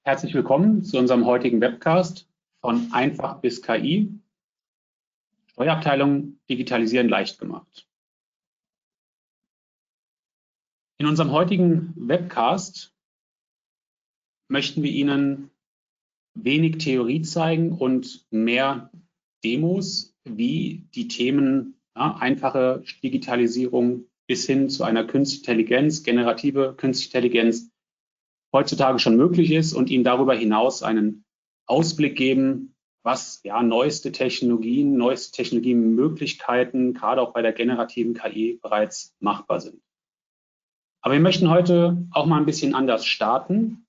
Herzlich willkommen zu unserem heutigen Webcast von Einfach bis KI. Steuerabteilung digitalisieren leicht gemacht. In unserem heutigen Webcast möchten wir Ihnen wenig Theorie zeigen und mehr Demos, wie die Themen einfache Digitalisierung bis hin zu einer künstlichen Intelligenz, generative künstliche Intelligenz heutzutage schon möglich ist und Ihnen darüber hinaus einen Ausblick geben, was neueste Technologiemöglichkeiten, gerade auch bei der generativen KI, bereits machbar sind. Aber wir möchten heute auch mal ein bisschen anders starten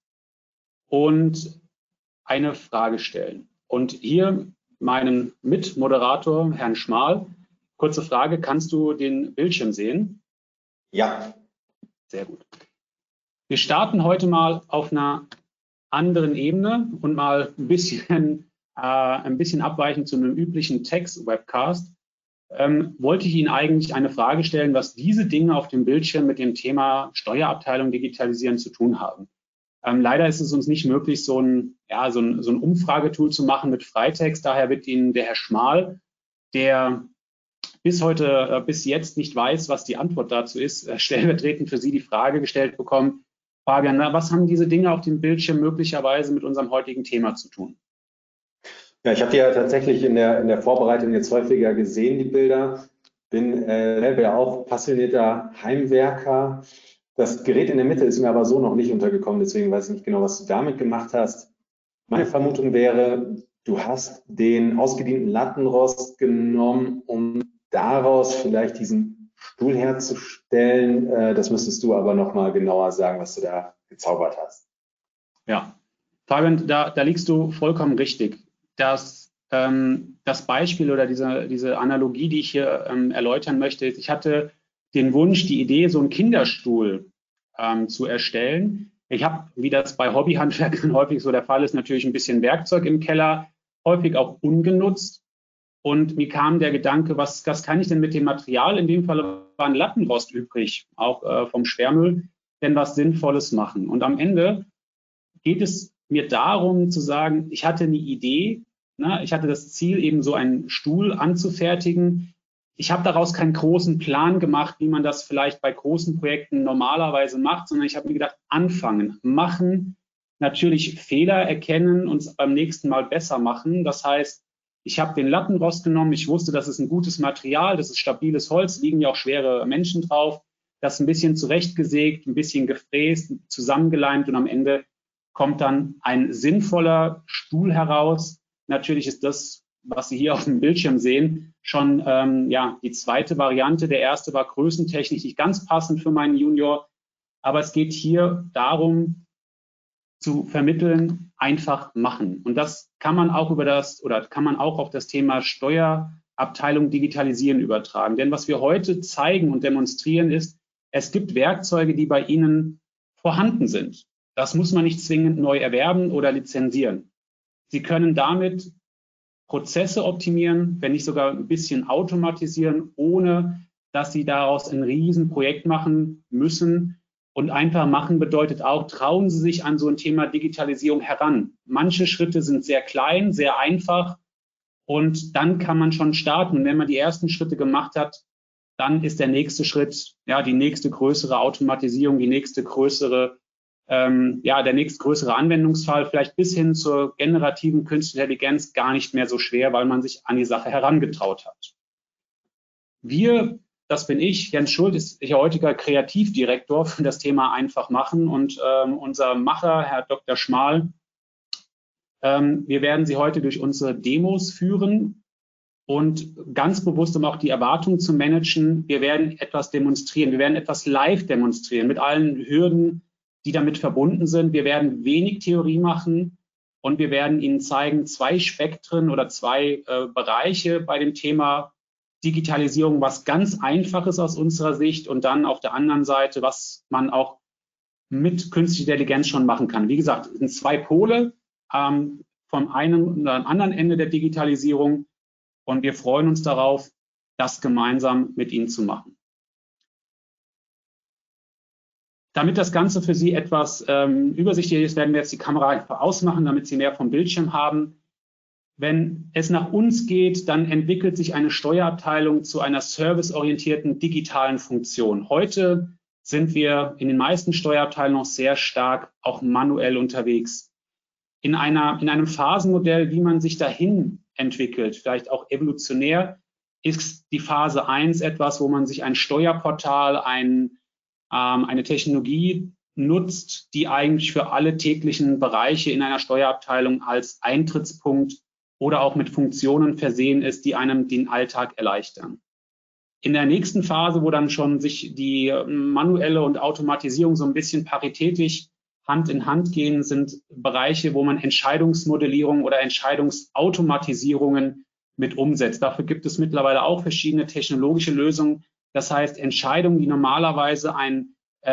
und eine Frage stellen. Und hier meinen Mitmoderator, Herrn Schmal, kurze Frage, kannst du den Bildschirm sehen? Ja. Sehr gut. Wir starten heute mal auf einer anderen Ebene und mal ein bisschen abweichend zu einem üblichen Text-Webcast. Wollte ich Ihnen eigentlich eine Frage stellen, was diese Dinge auf dem Bildschirm mit dem Thema Steuerabteilung digitalisieren zu tun haben. Leider ist es uns nicht möglich, so ein Umfragetool zu machen mit Freitext. Daher wird Ihnen der Herr Schmal, der bis jetzt nicht weiß, was die Antwort dazu ist, stellvertretend für Sie die Frage gestellt bekommen. Fabian, was haben diese Dinge auf dem Bildschirm möglicherweise mit unserem heutigen Thema zu tun? Ja, ich habe die ja tatsächlich in der Vorbereitung jetzt häufiger gesehen, die Bilder. Bin selber auch passionierter Heimwerker. Das Gerät in der Mitte ist mir aber so noch nicht untergekommen, deswegen weiß ich nicht genau, was du damit gemacht hast. Meine Vermutung wäre, du hast den ausgedienten Lattenrost genommen, um daraus vielleicht diesen Stuhl herzustellen. Das müsstest du aber noch mal genauer sagen, was du da gezaubert hast. Ja, Fabian, da liegst du vollkommen richtig. Das Beispiel oder diese Analogie, die ich hier erläutern möchte, ist, ich hatte den Wunsch, die Idee, so einen Kinderstuhl zu erstellen. Ich habe, wie das bei Hobbyhandwerkern häufig so der Fall ist, natürlich ein bisschen Werkzeug im Keller, häufig auch ungenutzt. Und mir kam der Gedanke, was kann ich denn mit dem Material, in dem Fall war ein Lattenrost übrig, auch vom Sperrmüll, denn was Sinnvolles machen. Und am Ende geht es mir darum zu sagen, ich hatte eine Idee, ich hatte das Ziel, eben so einen Stuhl anzufertigen. Ich habe daraus keinen großen Plan gemacht, wie man das vielleicht bei großen Projekten normalerweise macht, sondern ich habe mir gedacht, anfangen, machen, natürlich Fehler erkennen und beim nächsten Mal besser machen. Das heißt, ich habe den Lattenrost genommen, ich wusste, das ist ein gutes Material, das ist stabiles Holz, liegen ja auch schwere Menschen drauf, das ein bisschen zurechtgesägt, ein bisschen gefräst, zusammengeleimt und am Ende kommt dann ein sinnvoller Stuhl heraus. Natürlich ist das, was Sie hier auf dem Bildschirm sehen, schon die zweite Variante. Der erste war größentechnisch nicht ganz passend für meinen Junior, aber es geht hier darum, zu vermitteln, einfach machen. Und das kann man auch auf das Thema Steuerabteilung digitalisieren übertragen. Denn was wir heute zeigen und demonstrieren ist, es gibt Werkzeuge, die bei Ihnen vorhanden sind. Das muss man nicht zwingend neu erwerben oder lizenzieren. Sie können damit Prozesse optimieren, wenn nicht sogar ein bisschen automatisieren, ohne dass Sie daraus ein Riesenprojekt machen müssen. Und einfach machen bedeutet auch, trauen Sie sich an so ein Thema Digitalisierung heran. Manche Schritte sind sehr klein, sehr einfach und dann kann man schon starten. Und wenn man die ersten Schritte gemacht hat, dann ist der nächste Schritt, die nächste größere Automatisierung, der nächste größere Anwendungsfall, vielleicht bis hin zur generativen künstlichen Intelligenz gar nicht mehr so schwer, weil man sich an die Sache herangetraut hat. Das bin ich, Jens Schuld ist Ihr heutiger Kreativdirektor für das Thema Einfach machen und unser Macher, Herr Dr. Schmal, wir werden Sie heute durch unsere Demos führen und ganz bewusst, um auch die Erwartungen zu managen, wir werden etwas demonstrieren, wir werden etwas live demonstrieren mit allen Hürden, die damit verbunden sind. Wir werden wenig Theorie machen und wir werden Ihnen zeigen, zwei Spektren oder zwei Bereiche bei dem Thema Digitalisierung, was ganz Einfaches aus unserer Sicht und dann auf der anderen Seite, was man auch mit künstlicher Intelligenz schon machen kann. Wie gesagt, es sind zwei Pole vom einen oder anderen Ende der Digitalisierung und wir freuen uns darauf, das gemeinsam mit Ihnen zu machen. Damit das Ganze für Sie etwas übersichtlicher ist, werden wir jetzt die Kamera einfach ausmachen, damit Sie mehr vom Bildschirm haben. Wenn es nach uns geht, dann entwickelt sich eine Steuerabteilung zu einer serviceorientierten digitalen Funktion. Heute sind wir in den meisten Steuerabteilungen noch sehr stark auch manuell unterwegs. In einem Phasenmodell, wie man sich dahin entwickelt, vielleicht auch evolutionär, ist die Phase 1 etwas, wo man sich ein Steuerportal, eine Technologie nutzt, die eigentlich für alle täglichen Bereiche in einer Steuerabteilung als Eintrittspunkt oder auch mit Funktionen versehen ist, die einem den Alltag erleichtern. In der nächsten Phase, wo dann schon sich die manuelle und Automatisierung so ein bisschen paritätisch Hand in Hand gehen, sind Bereiche, wo man Entscheidungsmodellierung oder Entscheidungsautomatisierungen mit umsetzt. Dafür gibt es mittlerweile auch verschiedene technologische Lösungen. Das heißt, Entscheidungen, die normalerweise ein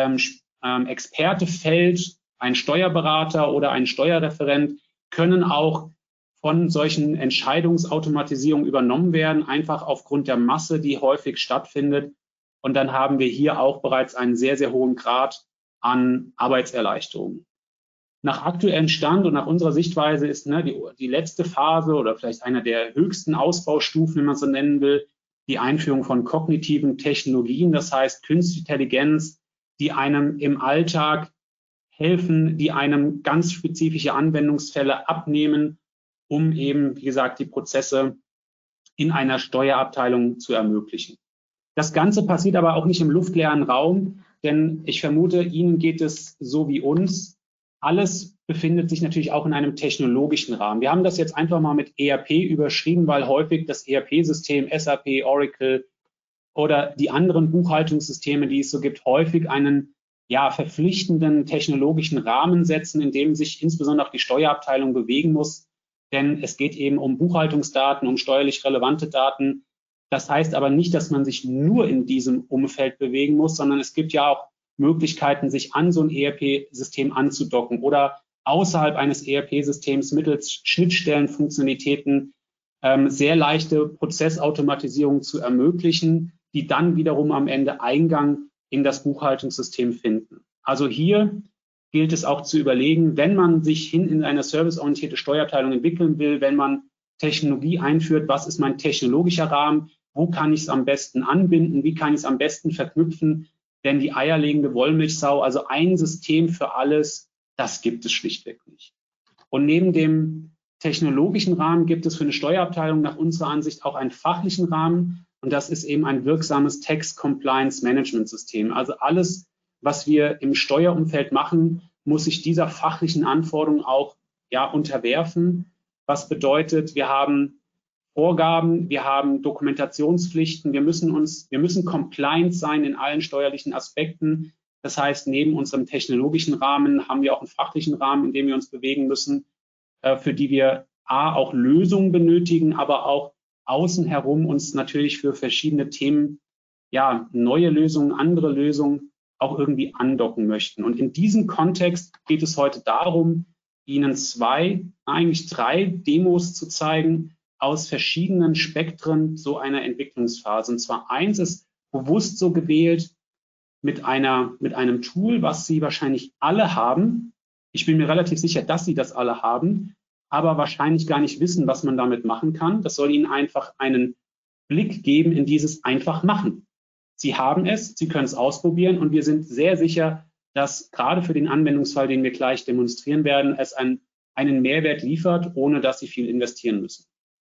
Experte fällt, ein Steuerberater oder ein Steuerreferent, können auch von solchen Entscheidungsautomatisierungen übernommen werden, einfach aufgrund der Masse, die häufig stattfindet. Und dann haben wir hier auch bereits einen sehr, sehr hohen Grad an Arbeitserleichterung. Nach aktuellem Stand und nach unserer Sichtweise ist die letzte Phase oder vielleicht einer der höchsten Ausbaustufen, wenn man so nennen will, die Einführung von kognitiven Technologien, das heißt künstliche Intelligenz, die einem im Alltag helfen, die einem ganz spezifische Anwendungsfälle abnehmen, um eben, wie gesagt, die Prozesse in einer Steuerabteilung zu ermöglichen. Das Ganze passiert aber auch nicht im luftleeren Raum, denn ich vermute, Ihnen geht es so wie uns. Alles befindet sich natürlich auch in einem technologischen Rahmen. Wir haben das jetzt einfach mal mit ERP überschrieben, weil häufig das ERP-System, SAP, Oracle oder die anderen Buchhaltungssysteme, die es so gibt, häufig einen verpflichtenden technologischen Rahmen setzen, in dem sich insbesondere auch die Steuerabteilung bewegen muss. Denn es geht eben um Buchhaltungsdaten, um steuerlich relevante Daten. Das heißt aber nicht, dass man sich nur in diesem Umfeld bewegen muss, sondern es gibt ja auch Möglichkeiten, sich an so ein ERP-System anzudocken oder außerhalb eines ERP-Systems mittels Schnittstellenfunktionalitäten sehr leichte Prozessautomatisierung zu ermöglichen, die dann wiederum am Ende Eingang in das Buchhaltungssystem finden. Also hier gilt es auch zu überlegen, wenn man sich hin in eine serviceorientierte Steuerabteilung entwickeln will, wenn man Technologie einführt, was ist mein technologischer Rahmen, wo kann ich es am besten anbinden, wie kann ich es am besten verknüpfen, denn die eierlegende Wollmilchsau, also ein System für alles, das gibt es schlichtweg nicht. Und neben dem technologischen Rahmen gibt es für eine Steuerabteilung nach unserer Ansicht auch einen fachlichen Rahmen und das ist eben ein wirksames Tax Compliance Management System. Also alles, was wir im Steuerumfeld machen, muss sich dieser fachlichen Anforderung auch unterwerfen. Was bedeutet, wir haben Vorgaben, wir haben Dokumentationspflichten, wir müssen compliant sein in allen steuerlichen Aspekten. Das heißt, neben unserem technologischen Rahmen haben wir auch einen fachlichen Rahmen, in dem wir uns bewegen müssen, für die wir auch Lösungen benötigen, aber auch außen herum uns natürlich für verschiedene Themen neue Lösungen, andere Lösungen auch irgendwie andocken möchten. Und in diesem Kontext geht es heute darum, Ihnen eigentlich drei Demos zu zeigen aus verschiedenen Spektren so einer Entwicklungsphase. Und zwar eins ist bewusst so gewählt mit einem Tool, was Sie wahrscheinlich alle haben. Ich bin mir relativ sicher, dass Sie das alle haben, aber wahrscheinlich gar nicht wissen, was man damit machen kann. Das soll Ihnen einfach einen Blick geben in dieses einfach machen. Sie haben es, Sie können es ausprobieren und wir sind sehr sicher, dass gerade für den Anwendungsfall, den wir gleich demonstrieren werden, es einen Mehrwert liefert, ohne dass Sie viel investieren müssen.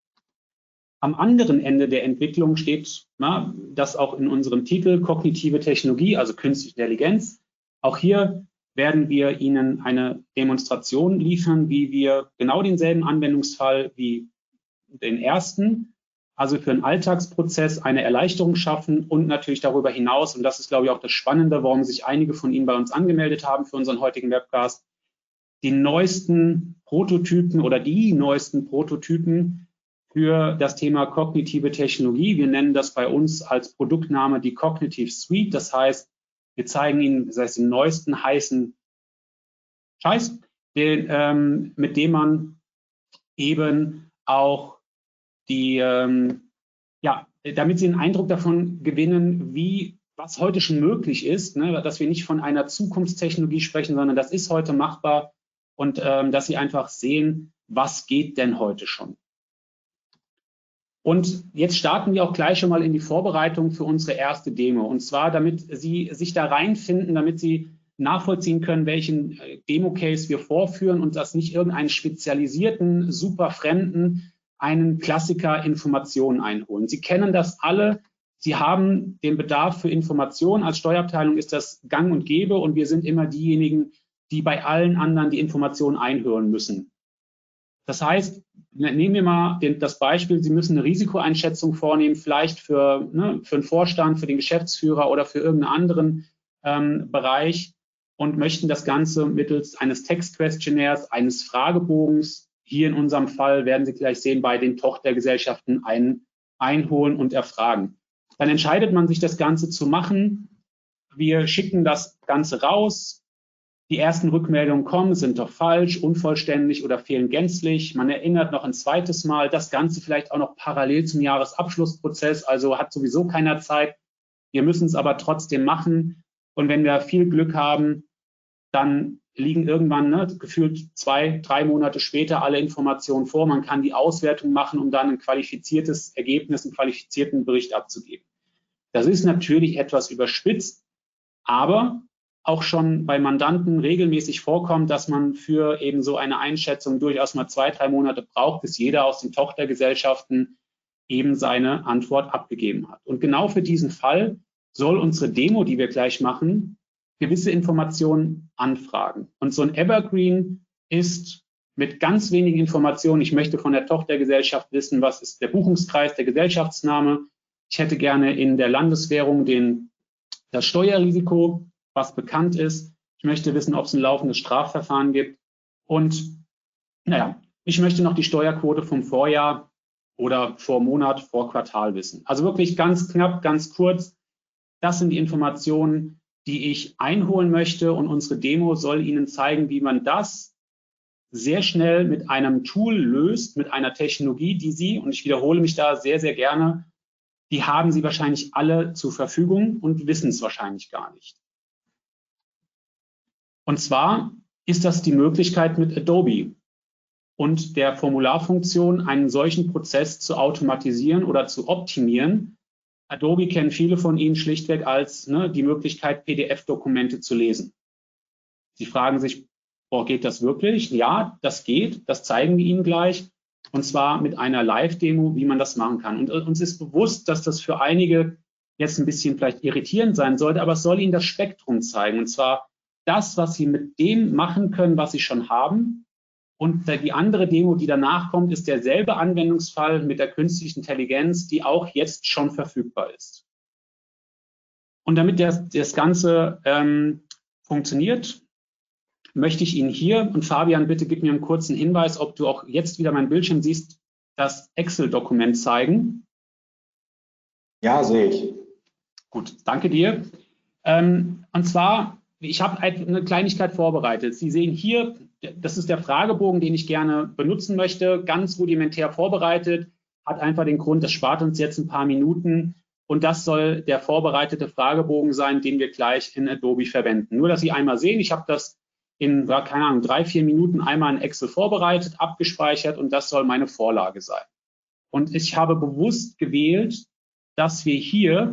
Am anderen Ende der Entwicklung steht das auch in unserem Titel kognitive Technologie, also künstliche Intelligenz. Auch hier werden wir Ihnen eine Demonstration liefern, wie wir genau denselben Anwendungsfall wie den ersten, also für einen Alltagsprozess eine Erleichterung schaffen und natürlich darüber hinaus, und das ist, glaube ich, auch das Spannende, warum sich einige von Ihnen bei uns angemeldet haben für unseren heutigen Webcast, die neuesten Prototypen oder die neuesten Prototypen für das Thema kognitive Technologie. Wir nennen das bei uns als Produktname die Cognitive Suite. Das heißt, wir zeigen Ihnen den neuesten heißen Scheiß, mit dem man eben auch damit Sie einen Eindruck davon gewinnen, wie was heute schon möglich ist, ne, dass wir nicht von einer Zukunftstechnologie sprechen, sondern das ist heute machbar und dass Sie einfach sehen, was geht denn heute schon. Und jetzt starten wir auch gleich schon mal in die Vorbereitung für unsere erste Demo. Und zwar, damit Sie sich da reinfinden, damit Sie nachvollziehen können, welchen Demo-Case wir vorführen und das nicht irgendeinen spezialisierten, super fremden, einen Klassiker Informationen einholen. Sie kennen das alle. Sie haben den Bedarf für Informationen. Als Steuerabteilung ist das gang und gäbe und wir sind immer diejenigen, die bei allen anderen die Informationen einhören müssen. Das heißt, nehmen wir mal das Beispiel, Sie müssen eine Risikoeinschätzung vornehmen, vielleicht für einen Vorstand, für den Geschäftsführer oder für irgendeinen anderen Bereich und möchten das Ganze mittels eines Textquestionnaires, eines Fragebogens, hier in unserem Fall werden Sie gleich sehen, bei den Tochtergesellschaften einholen und erfragen. Dann entscheidet man sich, das Ganze zu machen. Wir schicken das Ganze raus. Die ersten Rückmeldungen kommen, sind doch falsch, unvollständig oder fehlen gänzlich. Man erinnert noch ein zweites Mal, das Ganze vielleicht auch noch parallel zum Jahresabschlussprozess, also hat sowieso keiner Zeit. Wir müssen es aber trotzdem machen. Und wenn wir viel Glück haben, dann liegen irgendwann gefühlt 2, 3 Monate später alle Informationen vor. Man kann die Auswertung machen, um dann ein qualifiziertes Ergebnis, einen qualifizierten Bericht abzugeben. Das ist natürlich etwas überspitzt, aber auch schon bei Mandanten regelmäßig vorkommt, dass man für eben so eine Einschätzung durchaus mal 2, 3 Monate braucht, bis jeder aus den Tochtergesellschaften eben seine Antwort abgegeben hat. Und genau für diesen Fall soll unsere Demo, die wir gleich machen, gewisse Informationen anfragen. Und so ein Evergreen ist mit ganz wenigen Informationen, ich möchte von der Tochtergesellschaft wissen, was ist der Buchungskreis, der Gesellschaftsname. Ich hätte gerne in der Landeswährung das Steuerrisiko, was bekannt ist. Ich möchte wissen, ob es ein laufendes Strafverfahren gibt. Und naja, ich möchte noch die Steuerquote vom Vorjahr oder vor Monat, vor Quartal wissen. Also wirklich ganz knapp, ganz kurz. Das sind die Informationen, die ich einholen möchte. Und unsere Demo soll Ihnen zeigen, wie man das sehr schnell mit einem Tool löst, mit einer Technologie, die Sie, und ich wiederhole mich da sehr, sehr gerne, die haben Sie wahrscheinlich alle zur Verfügung und wissen es wahrscheinlich gar nicht. Und zwar ist das die Möglichkeit mit Adobe und der Formularfunktion einen solchen Prozess zu automatisieren oder zu optimieren. Adobe kennen viele von Ihnen schlichtweg als die Möglichkeit, PDF-Dokumente zu lesen. Sie fragen sich, geht das wirklich? Ja, das geht. Das zeigen wir Ihnen gleich. Und zwar mit einer Live-Demo, wie man das machen kann. Und uns ist bewusst, dass das für einige jetzt ein bisschen vielleicht irritierend sein sollte, aber es soll Ihnen das Spektrum zeigen. Und zwar das, was Sie mit dem machen können, was Sie schon haben. Und die andere Demo, die danach kommt, ist derselbe Anwendungsfall mit der künstlichen Intelligenz, die auch jetzt schon verfügbar ist. Und damit das Ganze funktioniert, möchte ich Ihnen hier, und Fabian, bitte gib mir einen kurzen Hinweis, ob du auch jetzt wieder mein Bildschirm siehst, das Excel-Dokument zeigen. Ja, sehe ich. Gut, danke dir. Und zwar, ich habe eine Kleinigkeit vorbereitet. Sie sehen hier, das ist der Fragebogen, den ich gerne benutzen möchte, ganz rudimentär vorbereitet, hat einfach den Grund, das spart uns jetzt ein paar Minuten und das soll der vorbereitete Fragebogen sein, den wir gleich in Adobe verwenden. Nur, dass Sie einmal sehen, ich habe das in, keine Ahnung, 3, 4 Minuten einmal in Excel vorbereitet, abgespeichert und das soll meine Vorlage sein. Und ich habe bewusst gewählt, dass wir hier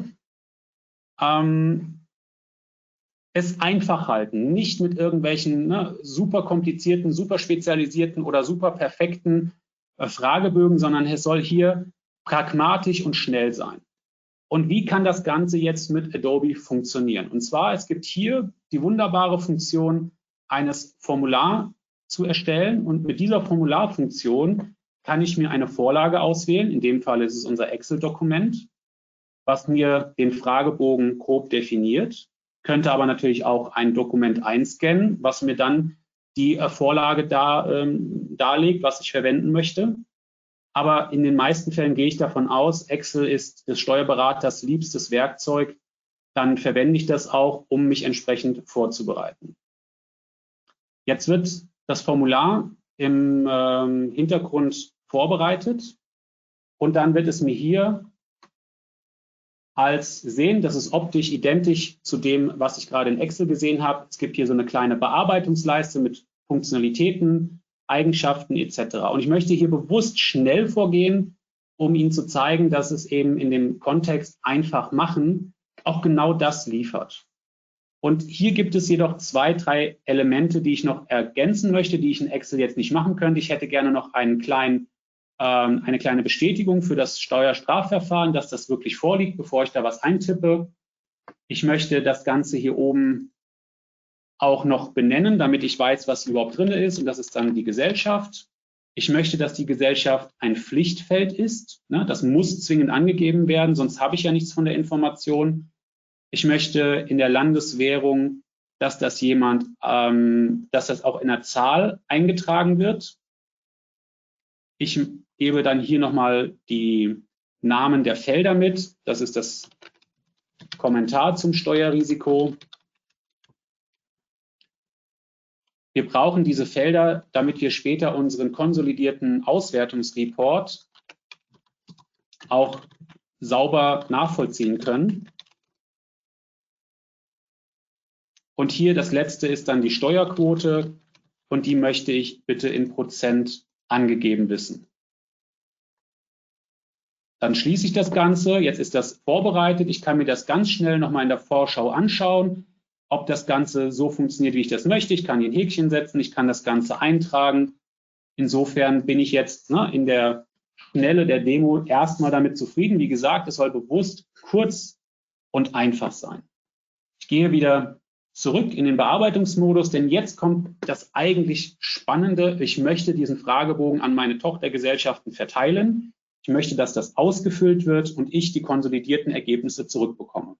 es einfach halten, nicht mit irgendwelchen super komplizierten, super spezialisierten oder super perfekten Fragebögen, sondern es soll hier pragmatisch und schnell sein. Und wie kann das Ganze jetzt mit Adobe funktionieren? Und zwar, es gibt hier die wunderbare Funktion, eines Formular zu erstellen. Und mit dieser Formularfunktion kann ich mir eine Vorlage auswählen. In dem Fall ist es unser Excel-Dokument, was mir den Fragebogen grob definiert. Könnte aber natürlich auch ein Dokument einscannen, was mir dann die Vorlage darlegt, was ich verwenden möchte. Aber in den meisten Fällen gehe ich davon aus, Excel ist des Steuerberaters liebstes Werkzeug. Dann verwende ich das auch, um mich entsprechend vorzubereiten. Jetzt wird das Formular im Hintergrund vorbereitet und dann wird es mir hier als sehen, das ist optisch identisch zu dem, was ich gerade in Excel gesehen habe. Es gibt hier so eine kleine Bearbeitungsleiste mit Funktionalitäten, Eigenschaften etc. Und ich möchte hier bewusst schnell vorgehen, um Ihnen zu zeigen, dass es eben in dem Kontext einfach machen auch genau das liefert. Und hier gibt es jedoch 2, 3 Elemente, die ich noch ergänzen möchte, die ich in Excel jetzt nicht machen könnte. Ich hätte gerne noch eine kleine Bestätigung für das Steuerstrafverfahren, dass das wirklich vorliegt, bevor ich da was eintippe. Ich möchte das Ganze hier oben auch noch benennen, damit ich weiß, was überhaupt drin ist. Und das ist dann die Gesellschaft. Ich möchte, dass die Gesellschaft ein Pflichtfeld ist. Das muss zwingend angegeben werden, sonst habe ich ja nichts von der Information. Ich möchte in der Landeswährung, dass das dass das auch in der Zahl eingetragen wird. Ich gebe dann hier nochmal die Namen der Felder mit. Das ist das Kommentar zum Steuerrisiko. Wir brauchen diese Felder, damit wir später unseren konsolidierten Auswertungsreport auch sauber nachvollziehen können. Und hier das letzte ist dann die Steuerquote und die möchte ich bitte in Prozent angegeben wissen. Dann schließe ich das Ganze. Jetzt ist das vorbereitet. Ich kann mir das ganz schnell nochmal in der Vorschau anschauen, ob das Ganze so funktioniert, wie ich das möchte. Ich kann hier ein Häkchen setzen, ich kann das Ganze eintragen. Insofern bin ich jetzt in der Schnelle der Demo erstmal damit zufrieden. Wie gesagt, es soll bewusst kurz und einfach sein. Ich gehe wieder zurück in den Bearbeitungsmodus, denn jetzt kommt das eigentlich Spannende. Ich möchte diesen Fragebogen an meine Tochtergesellschaften verteilen. Ich möchte, dass das ausgefüllt wird und ich die konsolidierten Ergebnisse zurückbekomme.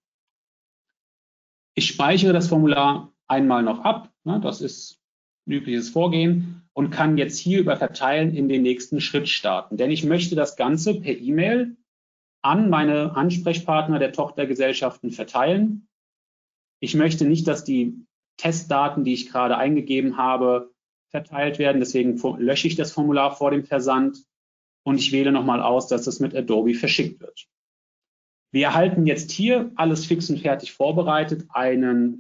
Ich speichere das Formular einmal noch ab. Das ist ein übliches Vorgehen und kann jetzt hier über Verteilen in den nächsten Schritt starten. Denn ich möchte das Ganze per E-Mail an meine Ansprechpartner der Tochtergesellschaften verteilen. Ich möchte nicht, dass die Testdaten, die ich gerade eingegeben habe, verteilt werden. Deswegen lösche ich das Formular vor dem Versand und ich wähle nochmal aus, dass es mit Adobe verschickt wird. Wir erhalten jetzt hier, alles fix und fertig vorbereitet, einen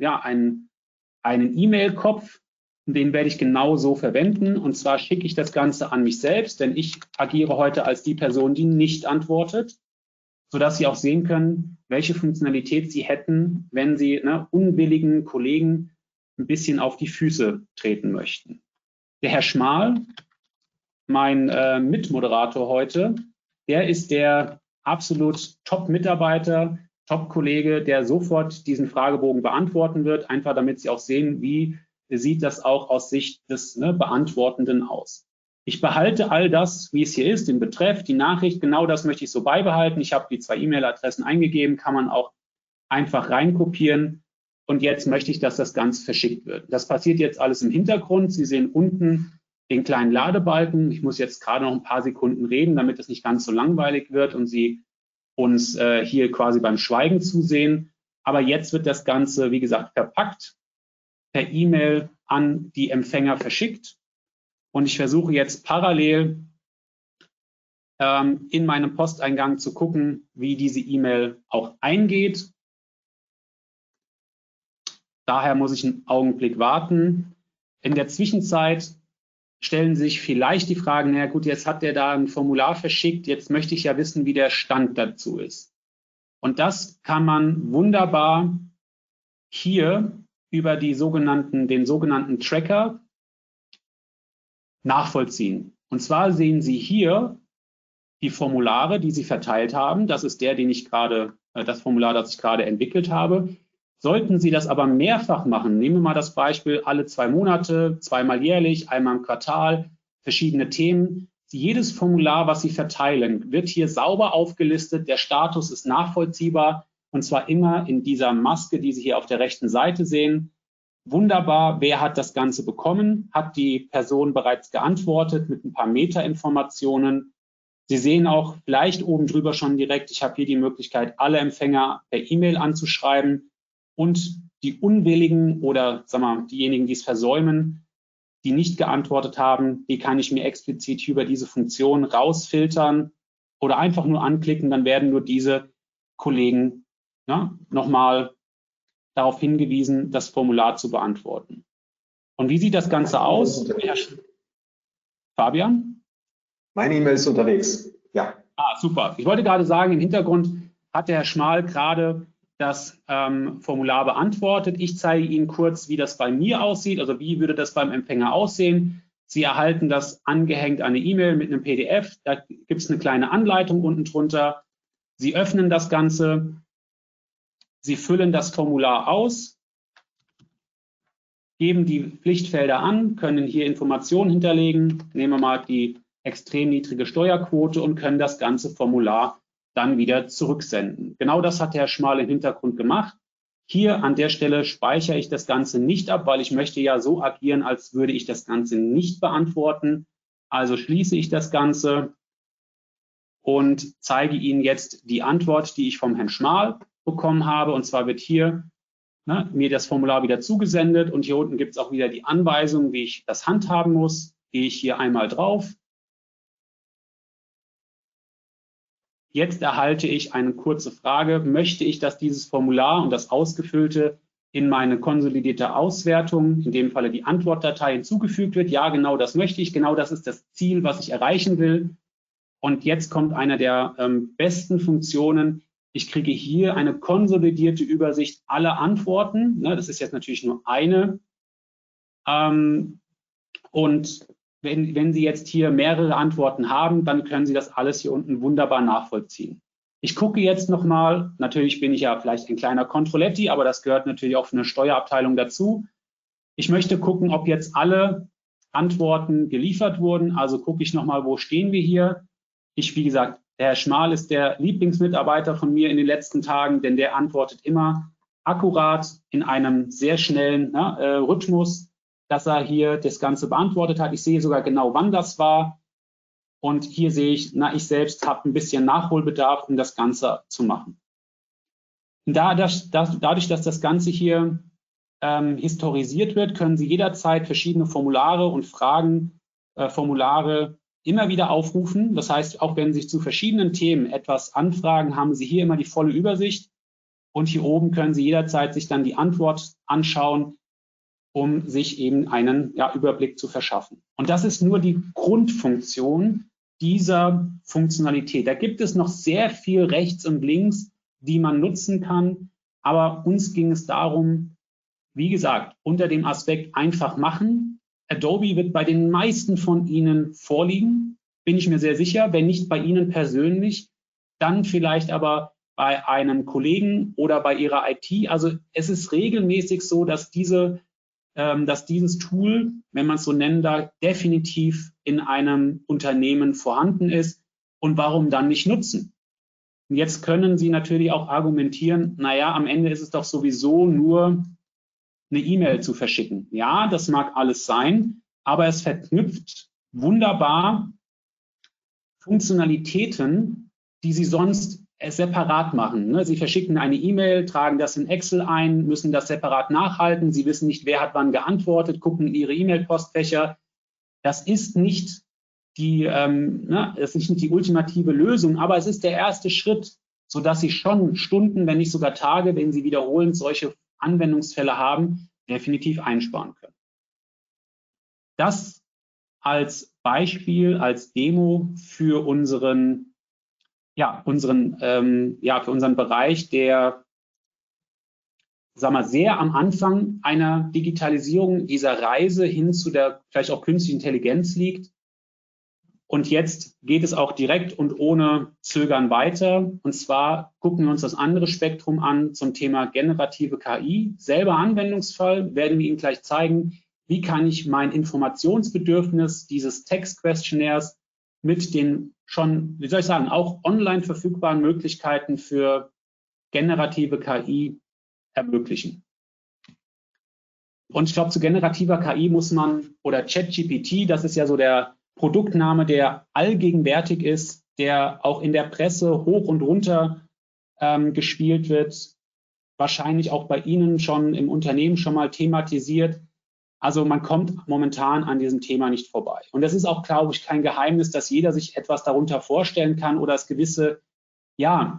E-Mail-Kopf. Den werde ich genau so verwenden. Und zwar schicke ich das Ganze an mich selbst, denn ich agiere heute als die Person, die nicht antwortet, sodass Sie auch sehen können, welche Funktionalität Sie hätten, wenn Sie unwilligen Kollegen ein bisschen auf die Füße treten möchten. Der Herr Schmal, mein Mitmoderator heute, der ist der absolut Top-Mitarbeiter, Top-Kollege, der sofort diesen Fragebogen beantworten wird, einfach damit Sie auch sehen, wie sieht das auch aus Sicht des Beantwortenden aus. Ich behalte all das, wie es hier ist, den Betreff, die Nachricht, genau das möchte ich so beibehalten. Ich habe die 2 E-Mail-Adressen eingegeben, kann man auch einfach reinkopieren. Und jetzt möchte ich, dass das Ganze verschickt wird. Das passiert jetzt alles im Hintergrund. Sie sehen unten den kleinen Ladebalken. Ich muss jetzt gerade noch ein paar Sekunden reden, damit es nicht ganz so langweilig wird und Sie uns hier quasi beim Schweigen zusehen. Aber jetzt wird das Ganze, wie gesagt, verpackt, per E-Mail an die Empfänger verschickt. Und ich versuche jetzt parallel in meinem Posteingang zu gucken, wie diese E-Mail auch eingeht. Daher muss ich einen Augenblick warten. In der Zwischenzeit stellen sich vielleicht die Fragen, na gut, jetzt hat der da ein Formular verschickt, jetzt möchte ich ja wissen, wie der Stand dazu ist. Und das kann man wunderbar hier über den sogenannten Tracker nachvollziehen. Und zwar sehen Sie hier die Formulare, die Sie verteilt haben. Das ist das Formular, das ich gerade entwickelt habe. Sollten Sie das aber mehrfach machen, nehmen wir mal das Beispiel alle 2 Monate, zweimal jährlich, einmal im Quartal, verschiedene Themen. Jedes Formular, was Sie verteilen, wird hier sauber aufgelistet. Der Status ist nachvollziehbar und zwar immer in dieser Maske, die Sie hier auf der rechten Seite sehen. Wunderbar, wer hat das Ganze bekommen? Hat die Person bereits geantwortet mit ein paar Metainformationen? Sie sehen auch vielleicht oben drüber schon direkt, ich habe hier die Möglichkeit, alle Empfänger per E-Mail anzuschreiben und die Unwilligen oder diejenigen, die es versäumen, die nicht geantwortet haben, die kann ich mir explizit hier über diese Funktion rausfiltern oder einfach nur anklicken, dann werden nur diese Kollegen nochmal darauf hingewiesen, das Formular zu beantworten. Und wie sieht das Ganze aus? Fabian? Meine E-Mail ist unterwegs, ja. Super. Ich wollte gerade sagen, im Hintergrund hat der Herr Schmal gerade das Formular beantwortet. Ich zeige Ihnen kurz, wie das bei mir aussieht, also wie würde das beim Empfänger aussehen. Sie erhalten das angehängt an eine E-Mail mit einem PDF. Da gibt es eine kleine Anleitung unten drunter. Sie öffnen das Ganze. Sie füllen das Formular aus, geben die Pflichtfelder an, können hier Informationen hinterlegen. Nehmen wir mal die extrem niedrige Steuerquote und können das ganze Formular dann wieder zurücksenden. Genau das hat Herr Schmal im Hintergrund gemacht. Hier an der Stelle speichere ich das Ganze nicht ab, weil ich möchte ja so agieren, als würde ich das Ganze nicht beantworten. Also schließe ich das Ganze und zeige Ihnen jetzt die Antwort, die ich vom Herrn Schmal bekommen habe. Und zwar wird hier mir das Formular wieder zugesendet und hier unten gibt es auch wieder die Anweisung, wie ich das handhaben muss. Gehe ich hier einmal drauf. Jetzt erhalte ich eine kurze Frage. Möchte ich, dass dieses Formular und das Ausgefüllte in meine konsolidierte Auswertung, in dem Falle die Antwortdatei, hinzugefügt wird? Ja, genau das möchte ich. Genau das ist das Ziel, was ich erreichen will. Und jetzt kommt eine der besten Funktionen. Ich kriege hier eine konsolidierte Übersicht aller Antworten. Das ist jetzt natürlich nur eine. Und wenn Sie jetzt hier mehrere Antworten haben, dann können Sie das alles hier unten wunderbar nachvollziehen. Ich gucke jetzt nochmal, natürlich bin ich ja vielleicht ein kleiner Controletti, aber das gehört natürlich auch für eine Steuerabteilung dazu. Ich möchte gucken, ob jetzt alle Antworten geliefert wurden. Also gucke ich nochmal, wo stehen wir hier. Wie gesagt, der Herr Schmal ist der Lieblingsmitarbeiter von mir in den letzten Tagen, denn der antwortet immer akkurat in einem sehr schnellen Rhythmus, dass er hier das Ganze beantwortet hat. Ich sehe sogar genau, wann das war. Und hier sehe ich, ich selbst habe ein bisschen Nachholbedarf, um das Ganze zu machen. Dadurch, dass das Ganze hier historisiert wird, können Sie jederzeit verschiedene Formulare und Formulare immer wieder aufrufen. Das heißt, auch wenn Sie sich zu verschiedenen Themen etwas anfragen, haben Sie hier immer die volle Übersicht. Und hier oben können Sie jederzeit sich dann die Antwort anschauen, um sich eben einen Überblick zu verschaffen. Und das ist nur die Grundfunktion dieser Funktionalität. Da gibt es noch sehr viel rechts und links, die man nutzen kann. Aber uns ging es darum, wie gesagt, unter dem Aspekt einfach machen. Adobe wird bei den meisten von Ihnen vorliegen, bin ich mir sehr sicher. Wenn nicht bei Ihnen persönlich, dann vielleicht aber bei einem Kollegen oder bei Ihrer IT. Also es ist regelmäßig so, dass dieses Tool, wenn man es so nennen darf, definitiv in einem Unternehmen vorhanden ist. Und warum dann nicht nutzen? Und jetzt können Sie natürlich auch argumentieren, naja, am Ende ist es doch sowieso nur eine E-Mail zu verschicken. Ja, das mag alles sein, aber es verknüpft wunderbar Funktionalitäten, die Sie sonst separat machen. Sie verschicken eine E-Mail, tragen das in Excel ein, müssen das separat nachhalten. Sie wissen nicht, wer hat wann geantwortet, gucken in Ihre E-Mail-Postfächer. Das ist nicht die ultimative Lösung, aber es ist der erste Schritt, sodass Sie schon Stunden, wenn nicht sogar Tage, wenn Sie wiederholend solche Anwendungsfälle haben, definitiv einsparen können. Das als Beispiel, als Demo für unseren Bereich, der, sehr am Anfang einer Digitalisierung dieser Reise hin zu der vielleicht auch künstlichen Intelligenz liegt. Und jetzt geht es auch direkt und ohne Zögern weiter. Und zwar gucken wir uns das andere Spektrum an zum Thema generative KI. Selber Anwendungsfall, werden wir Ihnen gleich zeigen, wie kann ich mein Informationsbedürfnis dieses Text-Questionnaires mit den schon, auch online verfügbaren Möglichkeiten für generative KI ermöglichen. Und ich glaube, zu generativer KI muss man, oder ChatGPT, das ist ja so der Produktname, der allgegenwärtig ist, der auch in der Presse hoch und runter gespielt wird, wahrscheinlich auch bei Ihnen schon im Unternehmen schon mal thematisiert. Also man kommt momentan an diesem Thema nicht vorbei. Und das ist auch, glaube ich, kein Geheimnis, dass jeder sich etwas darunter vorstellen kann oder es gewisse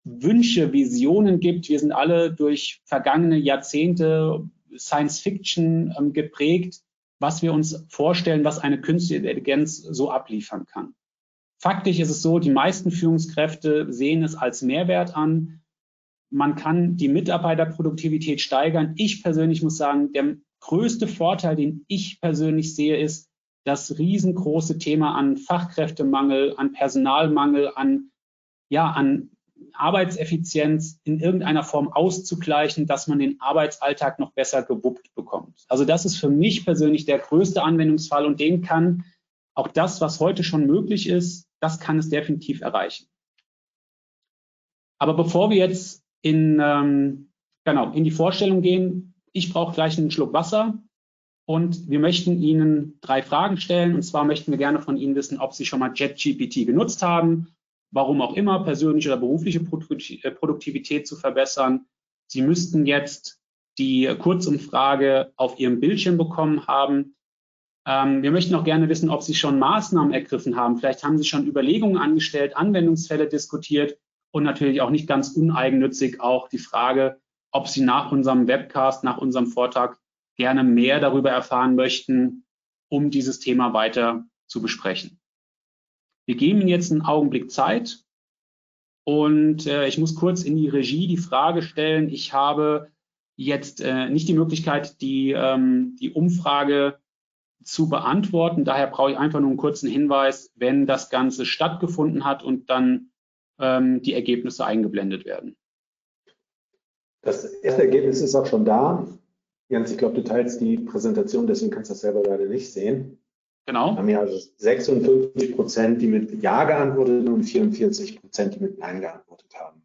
Wünsche, Visionen gibt. Wir sind alle durch vergangene Jahrzehnte Science Fiction geprägt, was wir uns vorstellen, was eine künstliche Intelligenz so abliefern kann. Faktisch ist es so, die meisten Führungskräfte sehen es als Mehrwert an. Man kann die Mitarbeiterproduktivität steigern. Ich persönlich muss sagen, der größte Vorteil, den ich persönlich sehe, ist das riesengroße Thema an Fachkräftemangel, an Personalmangel, an Arbeitseffizienz in irgendeiner Form auszugleichen, dass man den Arbeitsalltag noch besser gewuppt bekommt. Also das ist für mich persönlich der größte Anwendungsfall und den kann auch das, was heute schon möglich ist, das kann es definitiv erreichen. Aber bevor wir jetzt in die Vorstellung gehen, ich brauche gleich einen Schluck Wasser und wir möchten Ihnen 3 Fragen stellen. Und zwar möchten wir gerne von Ihnen wissen, ob Sie schon mal ChatGPT genutzt haben, warum auch immer, persönliche oder berufliche Produktivität zu verbessern. Sie müssten jetzt die Kurzumfrage auf Ihrem Bildschirm bekommen haben. Wir möchten auch gerne wissen, ob Sie schon Maßnahmen ergriffen haben. Vielleicht haben Sie schon Überlegungen angestellt, Anwendungsfälle diskutiert und natürlich auch nicht ganz uneigennützig auch die Frage, ob Sie nach unserem Webcast, nach unserem Vortrag gerne mehr darüber erfahren möchten, um dieses Thema weiter zu besprechen. Wir geben Ihnen jetzt einen Augenblick Zeit und ich muss kurz in die Regie die Frage stellen. Ich habe jetzt nicht die Möglichkeit, die Umfrage zu beantworten. Daher brauche ich einfach nur einen kurzen Hinweis, wenn das Ganze stattgefunden hat und dann die Ergebnisse eingeblendet werden. Das erste Ergebnis ist auch schon da. Jens, ich glaube, du teilst die Präsentation, deswegen kannst du das selber leider nicht sehen. Genau. Wir haben hier also 56%, die mit Ja geantwortet haben und 44%, die mit Nein geantwortet haben.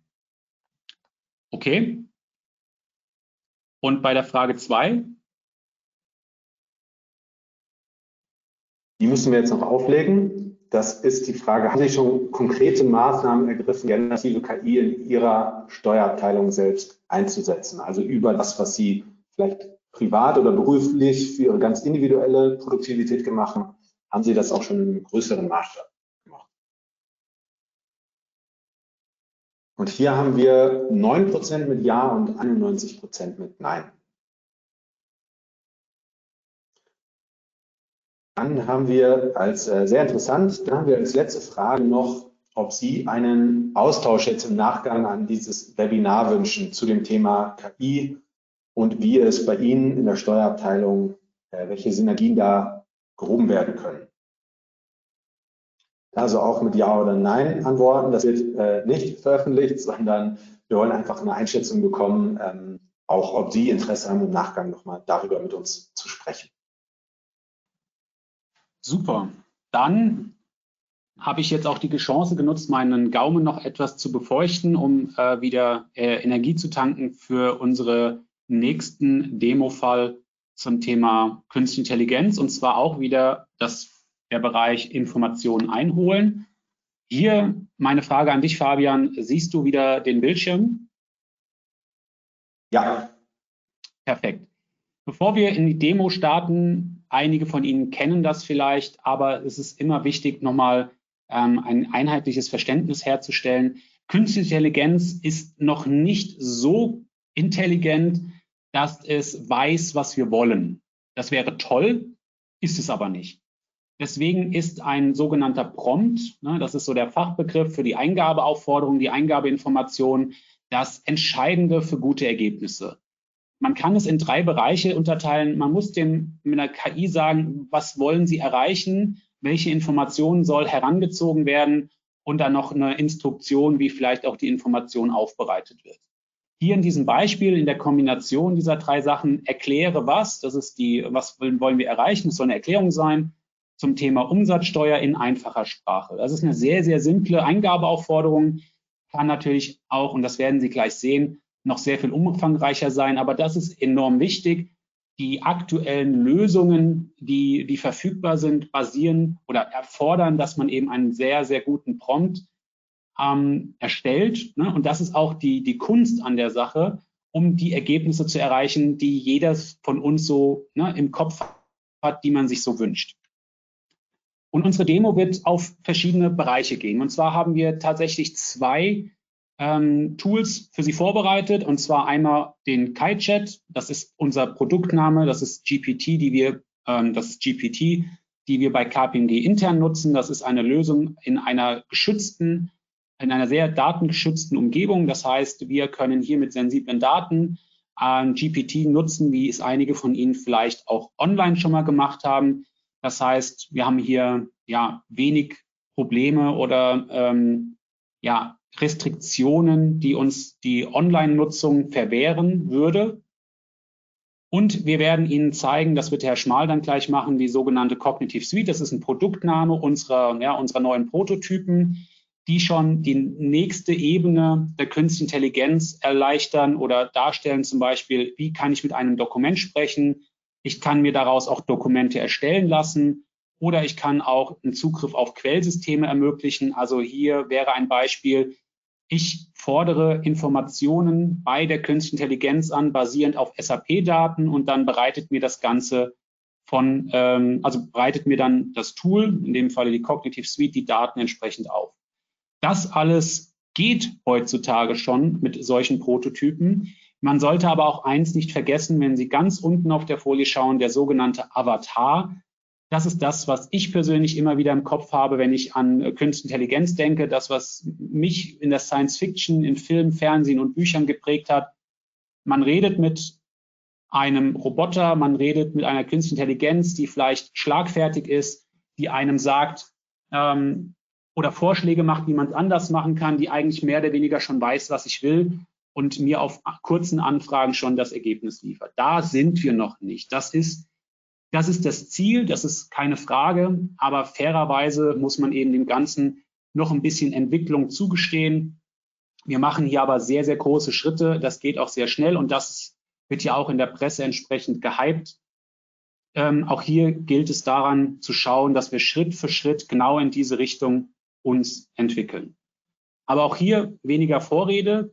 Okay. Und bei der Frage 2? Die müssen wir jetzt noch auflegen. Das ist die Frage, haben Sie schon konkrete Maßnahmen ergriffen, generative KI in Ihrer Steuerabteilung selbst einzusetzen? Also über das, was Sie vielleicht privat oder beruflich für Ihre ganz individuelle Produktivität gemacht haben, haben Sie das auch schon in einem größeren Maßstab gemacht? Und hier haben wir 9% mit Ja und 91% mit Nein. Dann haben wir als sehr interessant, dann haben wir als letzte Frage noch, ob Sie einen Austausch jetzt im Nachgang an dieses Webinar wünschen zu dem Thema KI und wie es bei Ihnen in der Steuerabteilung, welche Synergien da gehoben werden können. Also auch mit Ja oder Nein antworten. Das wird nicht veröffentlicht, sondern wir wollen einfach eine Einschätzung bekommen, auch ob Sie Interesse haben, im Nachgang nochmal darüber mit uns zu sprechen. Super. Dann habe ich jetzt auch die Chance genutzt, meinen Gaumen noch etwas zu befeuchten, um wieder Energie zu tanken für unsere nächsten Demo-Fall zum Thema Künstliche Intelligenz, und zwar auch wieder der Bereich Informationen einholen. Hier meine Frage an dich, Fabian. Siehst du wieder den Bildschirm? Ja. Perfekt. Bevor wir in die Demo starten, einige von Ihnen kennen das vielleicht, aber es ist immer wichtig, nochmal ein einheitliches Verständnis herzustellen. Künstliche Intelligenz ist noch nicht so intelligent, dass es weiß, was wir wollen. Das wäre toll, ist es aber nicht. Deswegen ist ein sogenannter Prompt, das ist so der Fachbegriff für die Eingabeaufforderung, die Eingabeinformation, das Entscheidende für gute Ergebnisse. Man kann es in 3 Bereiche unterteilen. Man muss mit einer KI sagen, was wollen Sie erreichen, welche Informationen soll herangezogen werden und dann noch eine Instruktion, wie vielleicht auch die Information aufbereitet wird. Hier in diesem Beispiel, in der Kombination dieser 3 Sachen, erkläre was, das ist was wollen wir erreichen, das soll eine Erklärung sein zum Thema Umsatzsteuer in einfacher Sprache. Das ist eine sehr, sehr simple Eingabeaufforderung, kann natürlich auch, und das werden Sie gleich sehen, noch sehr viel umfangreicher sein, aber das ist enorm wichtig. Die aktuellen Lösungen, die verfügbar sind, basieren oder erfordern, dass man eben einen sehr, sehr guten Prompt erstellt. Und das ist auch die Kunst an der Sache, um die Ergebnisse zu erreichen, die jeder von uns so im Kopf hat, die man sich so wünscht. Und unsere Demo wird auf verschiedene Bereiche gehen. Und zwar haben wir tatsächlich 2 Tools für Sie vorbereitet, und zwar einmal den KaiChat, das ist unser Produktname, das ist GPT, die wir bei KPMG intern nutzen. Das ist eine Lösung in einer sehr datengeschützten Umgebung. Das heißt, wir können hier mit sensiblen Daten GPT nutzen, wie es einige von Ihnen vielleicht auch online schon mal gemacht haben. Das heißt, wir haben hier ja wenig Probleme oder Restriktionen, die uns die Online-Nutzung verwehren würde. Und wir werden Ihnen zeigen, das wird Herr Schmal dann gleich machen, die sogenannte Cognitive Suite. Das ist ein Produktname unserer neuen Prototypen, die schon die nächste Ebene der künstlichen Intelligenz erleichtern oder darstellen. Zum Beispiel, wie kann ich mit einem Dokument sprechen? Ich kann mir daraus auch Dokumente erstellen lassen. Oder ich kann auch einen Zugriff auf Quellsysteme ermöglichen. Also hier wäre ein Beispiel, ich fordere Informationen bei der künstlichen Intelligenz an, basierend auf SAP-Daten, und dann bereitet mir das Ganze bereitet mir dann das Tool, in dem Falle die Cognitive Suite, die Daten entsprechend auf. Das alles geht heutzutage schon mit solchen Prototypen. Man sollte aber auch eins nicht vergessen, wenn Sie ganz unten auf der Folie schauen, der sogenannte Avatar. Das ist das, was ich persönlich immer wieder im Kopf habe, wenn ich an Künstliche Intelligenz denke. Das, was mich in der Science Fiction, in Film, Fernsehen und Büchern geprägt hat. Man redet mit einem Roboter, man redet mit einer künstlichen Intelligenz, die vielleicht schlagfertig ist, die einem sagt oder Vorschläge macht, wie man es anders machen kann, die eigentlich mehr oder weniger schon weiß, was ich will und mir auf kurzen Anfragen schon das Ergebnis liefert. Da sind wir noch nicht. Das ist das Ziel, das ist keine Frage, aber fairerweise muss man eben dem Ganzen noch ein bisschen Entwicklung zugestehen. Wir machen hier aber sehr, sehr große Schritte, das geht auch sehr schnell, und das wird ja auch in der Presse entsprechend gehypt. Auch hier gilt es daran zu schauen, dass wir Schritt für Schritt genau in diese Richtung uns entwickeln. Aber auch hier weniger Vorrede.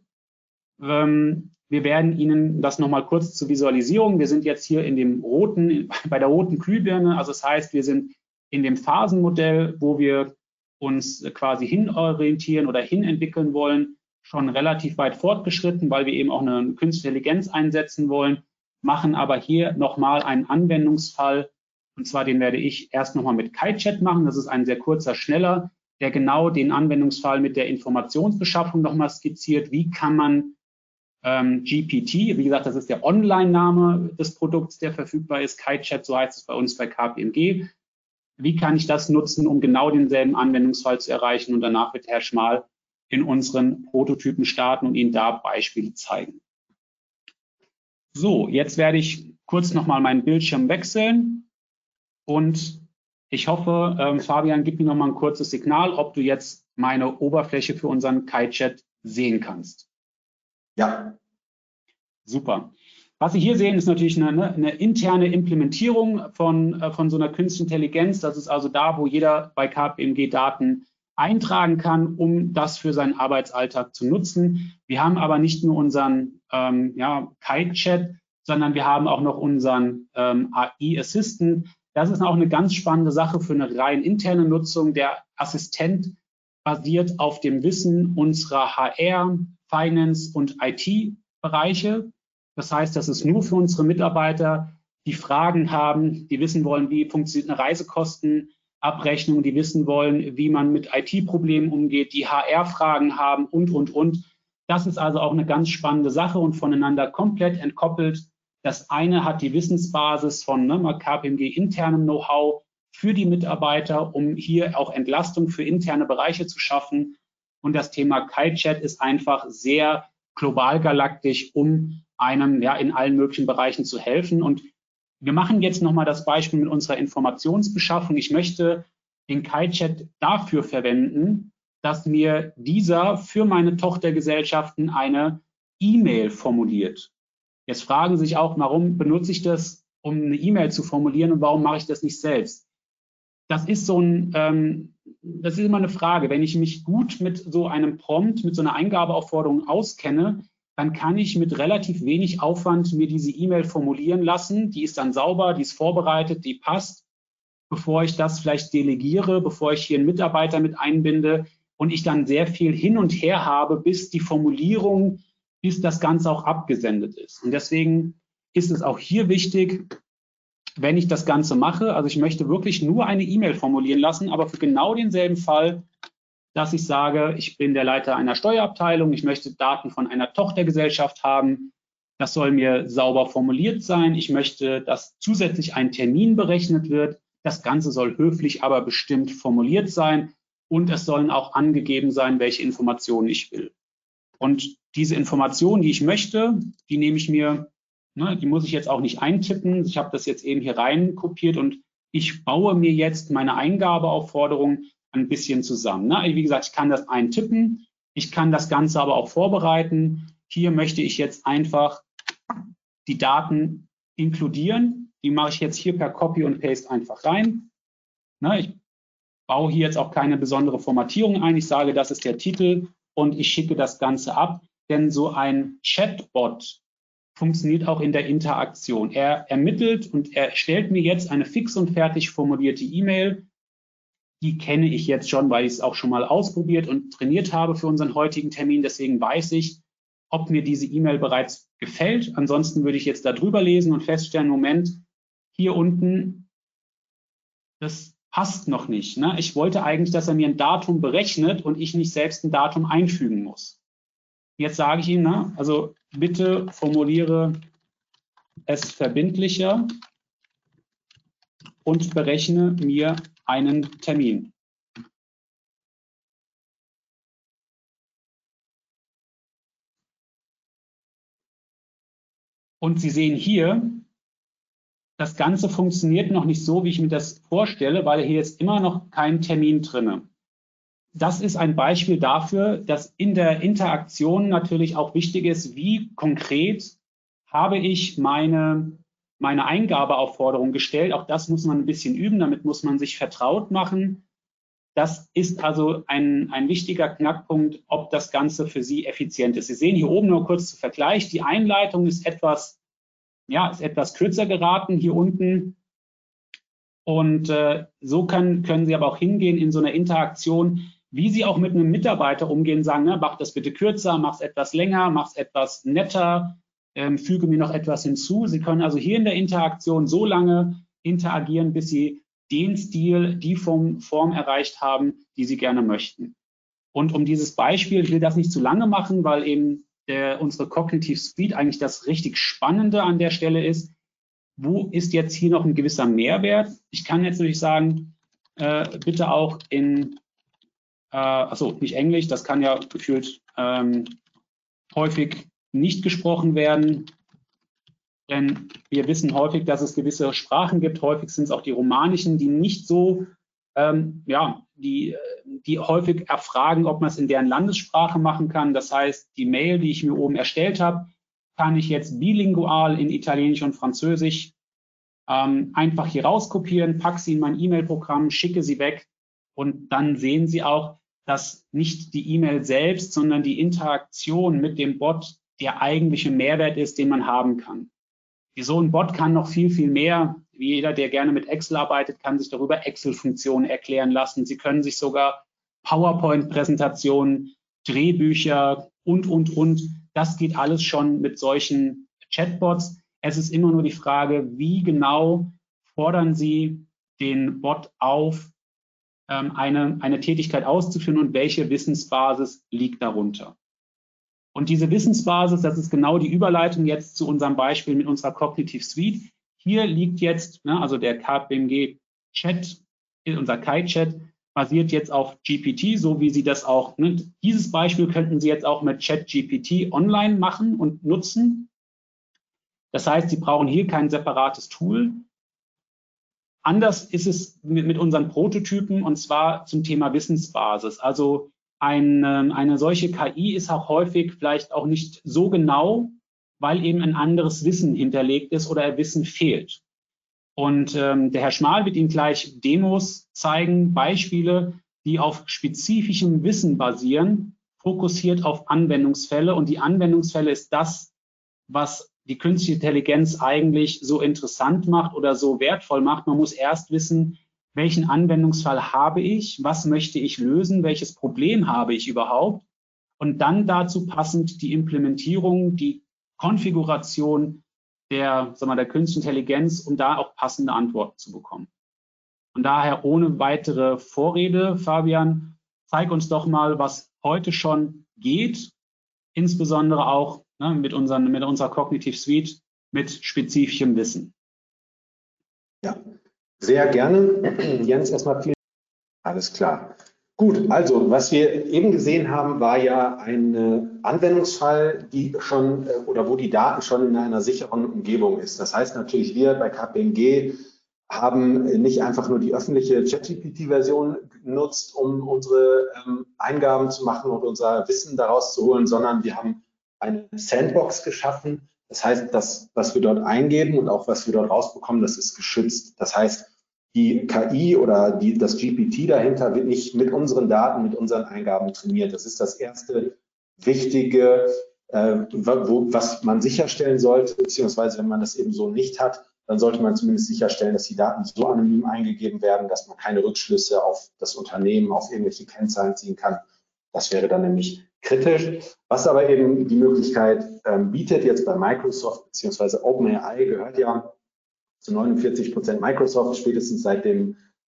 Wir werden Ihnen das nochmal kurz zur Visualisierung. Wir sind jetzt hier bei der roten Glühbirne. Also das heißt, wir sind in dem Phasenmodell, wo wir uns quasi hinorientieren oder hinentwickeln wollen, schon relativ weit fortgeschritten, weil wir eben auch eine künstliche Intelligenz einsetzen wollen, machen aber hier nochmal einen Anwendungsfall. Und zwar den werde ich erst nochmal mit KaiChat machen. Das ist ein sehr kurzer, schneller, der genau den Anwendungsfall mit der Informationsbeschaffung nochmal skizziert. Wie kann man GPT, wie gesagt, das ist der Online-Name des Produkts, der verfügbar ist. KaiChat, so heißt es bei uns bei KPMG. Wie kann ich das nutzen, um genau denselben Anwendungsfall zu erreichen? Und danach wird Herr Schmal in unseren Prototypen starten und Ihnen da Beispiele zeigen. So, jetzt werde ich kurz nochmal meinen Bildschirm wechseln und ich hoffe, Fabian, gib mir nochmal ein kurzes Signal, ob du jetzt meine Oberfläche für unseren KaiChat sehen kannst. Ja. Super. Was Sie hier sehen, ist natürlich eine interne Implementierung von so einer künstlichen Intelligenz. Das ist also da, wo jeder bei KPMG Daten eintragen kann, um das für seinen Arbeitsalltag zu nutzen. Wir haben aber nicht nur unseren KaiChat, sondern wir haben auch noch unseren AI-Assistant. Das ist auch eine ganz spannende Sache für eine rein interne Nutzung. Der Assistent basiert auf dem Wissen unserer HR, Finance und IT-Bereiche. Das heißt, das ist nur für unsere Mitarbeiter, die Fragen haben, die wissen wollen, wie funktioniert eine Reisekostenabrechnung, die wissen wollen, wie man mit IT-Problemen umgeht, die HR-Fragen haben und. Das ist also auch eine ganz spannende Sache und voneinander komplett entkoppelt. Das eine hat die Wissensbasis von KPMG internem Know-how für die Mitarbeiter, um hier auch Entlastung für interne Bereiche zu schaffen. Und das Thema KaiChat ist einfach sehr global galaktisch, um einem in allen möglichen Bereichen zu helfen. Und wir machen jetzt nochmal das Beispiel mit unserer Informationsbeschaffung. Ich möchte den KaiChat dafür verwenden, dass mir dieser für meine Tochtergesellschaften eine E-Mail formuliert. Jetzt fragen Sie sich auch, warum benutze ich das, um eine E-Mail zu formulieren, und warum mache ich das nicht selbst? Das ist das ist immer eine Frage. Wenn ich mich gut mit so einem Prompt, mit so einer Eingabeaufforderung auskenne, dann kann ich mit relativ wenig Aufwand mir diese E-Mail formulieren lassen. Die ist dann sauber, die ist vorbereitet, die passt. Bevor ich das vielleicht delegiere, bevor ich hier einen Mitarbeiter mit einbinde, und ich dann sehr viel hin und her habe, bis die Formulierung, bis das Ganze auch abgesendet ist. Und deswegen ist es auch hier wichtig, wenn ich das Ganze mache, also ich möchte wirklich nur eine E-Mail formulieren lassen, aber für genau denselben Fall, dass ich sage, ich bin der Leiter einer Steuerabteilung, ich möchte Daten von einer Tochtergesellschaft haben, das soll mir sauber formuliert sein, ich möchte, dass zusätzlich ein Termin berechnet wird, das Ganze soll höflich, aber bestimmt formuliert sein und es sollen auch angegeben sein, welche Informationen ich will. Und diese Informationen, die ich möchte, die nehme ich mir, die muss ich jetzt auch nicht eintippen. Ich habe das jetzt eben hier rein kopiert und ich baue mir jetzt meine Eingabeaufforderung ein bisschen zusammen. Wie gesagt, ich kann das eintippen, ich kann das Ganze aber auch vorbereiten. Hier möchte ich jetzt einfach die Daten inkludieren. Die mache ich jetzt hier per Copy und Paste einfach rein. Ich baue hier jetzt auch keine besondere Formatierung ein. Ich sage, das ist der Titel und ich schicke das Ganze ab. Denn so ein Chatbot funktioniert auch in der Interaktion. Er ermittelt und er stellt mir jetzt eine fix und fertig formulierte E-Mail. Die kenne ich jetzt schon, weil ich es auch schon mal ausprobiert und trainiert habe für unseren heutigen Termin. Deswegen weiß ich, ob mir diese E-Mail bereits gefällt. Ansonsten würde ich jetzt da drüber lesen und feststellen, Moment, hier unten, das passt noch nicht. Ich wollte eigentlich, dass er mir ein Datum berechnet und ich nicht selbst ein Datum einfügen muss. Jetzt sage ich ihm, also bitte formuliere es verbindlicher und berechne mir einen Termin. Und Sie sehen hier, das Ganze funktioniert noch nicht so, wie ich mir das vorstelle, weil hier jetzt immer noch kein Termin drinne. Das ist ein Beispiel dafür, dass in der Interaktion natürlich auch wichtig ist, wie konkret habe ich meine Eingabeaufforderung gestellt. Auch das muss man ein bisschen üben, damit muss man sich vertraut machen. Das ist also ein wichtiger Knackpunkt, ob das Ganze für Sie effizient ist. Sie sehen hier oben nur kurz zum Vergleich, die Einleitung ist etwas kürzer geraten hier unten. Und so können Sie aber auch hingehen in so einer Interaktion, wie Sie auch mit einem Mitarbeiter umgehen, sagen, mach das bitte kürzer, mach es etwas länger, mach es etwas netter, füge mir noch etwas hinzu. Sie können also hier in der Interaktion so lange interagieren, bis Sie den Stil, die Form erreicht haben, die Sie gerne möchten. Und um dieses Beispiel, ich will das nicht zu lange machen, weil eben unsere Cognitive Suite eigentlich das richtig Spannende an der Stelle ist. Wo ist jetzt hier noch ein gewisser Mehrwert? Ich kann jetzt natürlich sagen, bitte auch in, nicht Englisch, das kann ja gefühlt häufig nicht gesprochen werden, denn wir wissen häufig, dass es gewisse Sprachen gibt, häufig sind es auch die romanischen, die nicht so, die häufig erfragen, ob man es in deren Landessprache machen kann. Das heißt, die Mail, die ich mir oben erstellt habe, kann ich jetzt bilingual in Italienisch und Französisch einfach hier rauskopieren, packe sie in mein E-Mail-Programm, schicke sie weg und dann sehen Sie auch, dass nicht die E-Mail selbst, sondern die Interaktion mit dem Bot der eigentliche Mehrwert ist, den man haben kann. So ein Bot kann noch viel, viel mehr. Jeder, der gerne mit Excel arbeitet, kann sich darüber Excel-Funktionen erklären lassen. Sie können sich sogar PowerPoint-Präsentationen, Drehbücher und. Das geht alles schon mit solchen Chatbots. Es ist immer nur die Frage, wie genau fordern Sie den Bot auf, eine Tätigkeit auszuführen und welche Wissensbasis liegt darunter. Und diese Wissensbasis, das ist genau die Überleitung jetzt zu unserem Beispiel mit unserer Cognitive Suite. Hier liegt jetzt, also der KPMG Chat, unser Kai-Chat, basiert jetzt auf GPT, so wie Sie das auch, dieses Beispiel könnten Sie jetzt auch mit ChatGPT online machen und nutzen. Das heißt, Sie brauchen hier kein separates Tool. Anders ist es mit unseren Prototypen und zwar zum Thema Wissensbasis. Also eine solche KI ist auch häufig vielleicht auch nicht so genau, weil eben ein anderes Wissen hinterlegt ist oder Wissen fehlt. Und der Herr Schmal wird Ihnen gleich Demos zeigen, Beispiele, die auf spezifischem Wissen basieren, fokussiert auf Anwendungsfälle. Und die Anwendungsfälle ist das, was die künstliche Intelligenz eigentlich so interessant macht oder so wertvoll macht. Man muss erst wissen, welchen Anwendungsfall habe ich, was möchte ich lösen, welches Problem habe ich überhaupt und dann dazu passend die Implementierung, die Konfiguration der künstlichen Intelligenz, um da auch passende Antworten zu bekommen. Von daher ohne weitere Vorrede, Fabian, zeig uns doch mal, was heute schon geht, insbesondere auch mit unserer Cognitive Suite mit spezifischem Wissen. Ja, sehr gerne. Jens, erstmal vielen Dank. Alles klar. Gut, also was wir eben gesehen haben, war ja ein Anwendungsfall, die schon oder wo die Daten schon in einer sicheren Umgebung ist. Das heißt natürlich, wir bei KPMG haben nicht einfach nur die öffentliche ChatGPT-Version genutzt, um unsere Eingaben zu machen und unser Wissen daraus zu holen, sondern wir haben eine Sandbox geschaffen. Das heißt, das, was wir dort eingeben und auch was wir dort rausbekommen, das ist geschützt. Das heißt, die KI oder das GPT dahinter wird nicht mit unseren Daten, mit unseren Eingaben trainiert. Das ist das erste Wichtige, was man sicherstellen sollte, beziehungsweise wenn man das eben so nicht hat, dann sollte man zumindest sicherstellen, dass die Daten so anonym eingegeben werden, dass man keine Rückschlüsse auf das Unternehmen, auf irgendwelche Kennzahlen ziehen kann. Das wäre dann nämlich kritisch. Was aber eben die Möglichkeit bietet, jetzt bei Microsoft beziehungsweise OpenAI gehört ja zu 49% Microsoft, spätestens seit dem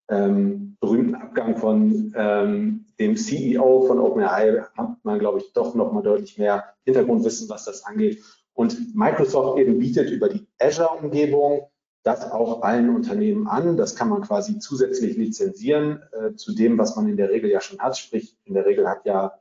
berühmten Abgang von dem CEO von OpenAI hat man, glaube ich, doch noch mal deutlich mehr Hintergrundwissen, was das angeht. Und Microsoft eben bietet über die Azure-Umgebung das auch allen Unternehmen an. Das kann man quasi zusätzlich lizenzieren zu dem, was man in der Regel ja schon hat. Sprich, in der Regel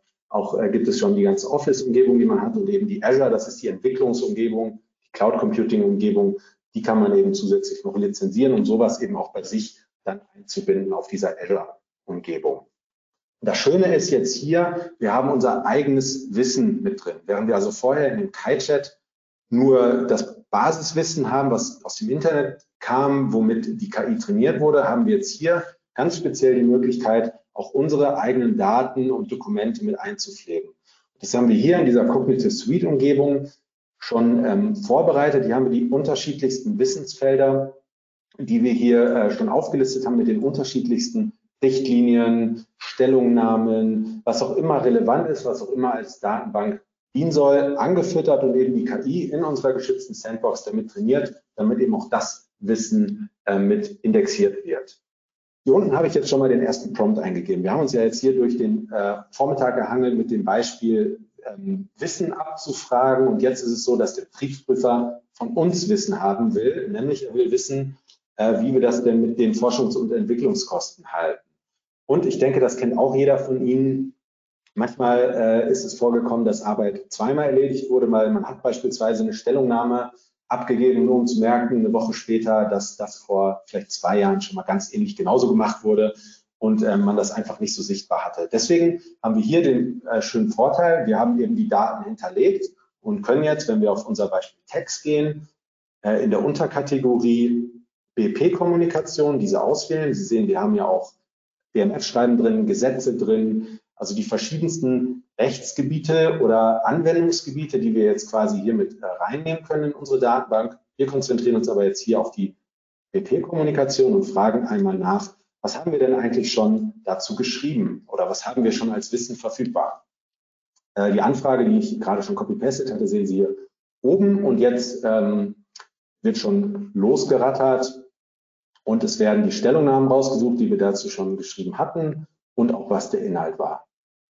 gibt es schon die ganze Office-Umgebung, die man hat, und eben die Azure, das ist die Entwicklungsumgebung, die Cloud-Computing-Umgebung, die kann man eben zusätzlich noch lizenzieren, um sowas eben auch bei sich dann einzubinden auf dieser Azure-Umgebung. Das Schöne ist jetzt hier, wir haben unser eigenes Wissen mit drin. Während wir also vorher in dem KaiChat nur das Basiswissen haben, was aus dem Internet kam, womit die KI trainiert wurde, haben wir jetzt hier ganz speziell die Möglichkeit, auch unsere eigenen Daten und Dokumente mit einzupflegen. Das haben wir hier in dieser Cognitive Suite Umgebung schon vorbereitet. Hier haben wir die unterschiedlichsten Wissensfelder, die wir hier schon aufgelistet haben mit den unterschiedlichsten Richtlinien, Stellungnahmen, was auch immer relevant ist, was auch immer als Datenbank dienen soll, angefüttert und eben die KI in unserer geschützten Sandbox damit trainiert, damit eben auch das Wissen mit indexiert wird. Hier unten habe ich jetzt schon mal den ersten Prompt eingegeben. Wir haben uns ja jetzt hier durch den Vormittag gehangelt mit dem Beispiel Wissen abzufragen, und jetzt ist es so, dass der Betriebsprüfer von uns Wissen haben will, nämlich er will wissen, wie wir das denn mit den Forschungs- und Entwicklungskosten halten. Und ich denke, das kennt auch jeder von Ihnen. Manchmal ist es vorgekommen, dass Arbeit zweimal erledigt wurde, weil man hat beispielsweise eine Stellungnahme abgegeben, nur um zu merken, eine Woche später, dass das vor vielleicht 2 Jahren schon mal ganz ähnlich genauso gemacht wurde und man das einfach nicht so sichtbar hatte. Deswegen haben wir hier den schönen Vorteil, wir haben eben die Daten hinterlegt und können jetzt, wenn wir auf unser Beispiel Text gehen, in der Unterkategorie BP-Kommunikation diese auswählen. Sie sehen, wir haben ja auch BMF-Schreiben drin, Gesetze drin, also die verschiedensten Rechtsgebiete oder Anwendungsgebiete, die wir jetzt quasi hier mit reinnehmen können in unsere Datenbank. Wir konzentrieren uns aber jetzt hier auf die BP-Kommunikation und fragen einmal nach, was haben wir denn eigentlich schon dazu geschrieben oder was haben wir schon als Wissen verfügbar? Die Anfrage, die ich gerade schon copy-pastet hatte, sehen Sie hier oben, und jetzt wird schon losgerattert und es werden die Stellungnahmen rausgesucht, die wir dazu schon geschrieben hatten, und auch was der Inhalt war.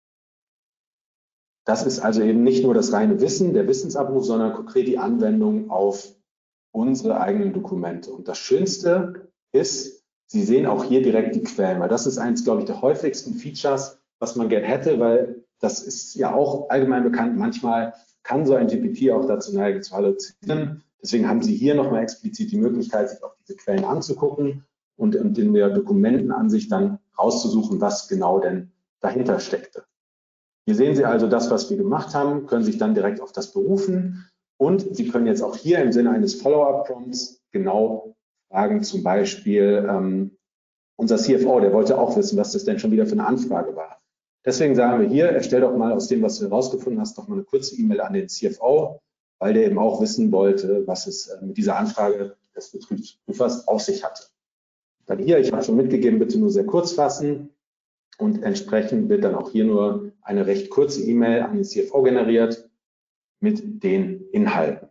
Das ist also eben nicht nur das reine Wissen, der Wissensabruf, sondern konkret die Anwendung auf unsere eigenen Dokumente. Und das Schönste ist, Sie sehen auch hier direkt die Quellen, weil das ist eins, glaube ich, der häufigsten Features, was man gern hätte, weil das ist ja auch allgemein bekannt. Manchmal kann so ein GPT auch dazu neigen, zu halluzinieren. Deswegen haben Sie hier nochmal explizit die Möglichkeit, sich auch diese Quellen anzugucken und in der Dokumentenansicht dann rauszusuchen, was genau denn dahinter steckte. Hier sehen Sie also das, was wir gemacht haben, können sich dann direkt auf das berufen, und Sie können jetzt auch hier im Sinne eines Follow-up-Prompts genau fragen, zum Beispiel unser CFO, der wollte auch wissen, was das denn schon wieder für eine Anfrage war. Deswegen sagen wir hier, erstell doch mal aus dem, was du herausgefunden hast, doch mal eine kurze E-Mail an den CFO, weil der eben auch wissen wollte, was es mit dieser Anfrage des Betriebsprüfers auf sich hatte. Dann hier, ich habe schon mitgegeben, bitte nur sehr kurz fassen. Und entsprechend wird dann auch hier nur eine recht kurze E-Mail an den CFO generiert mit den Inhalten.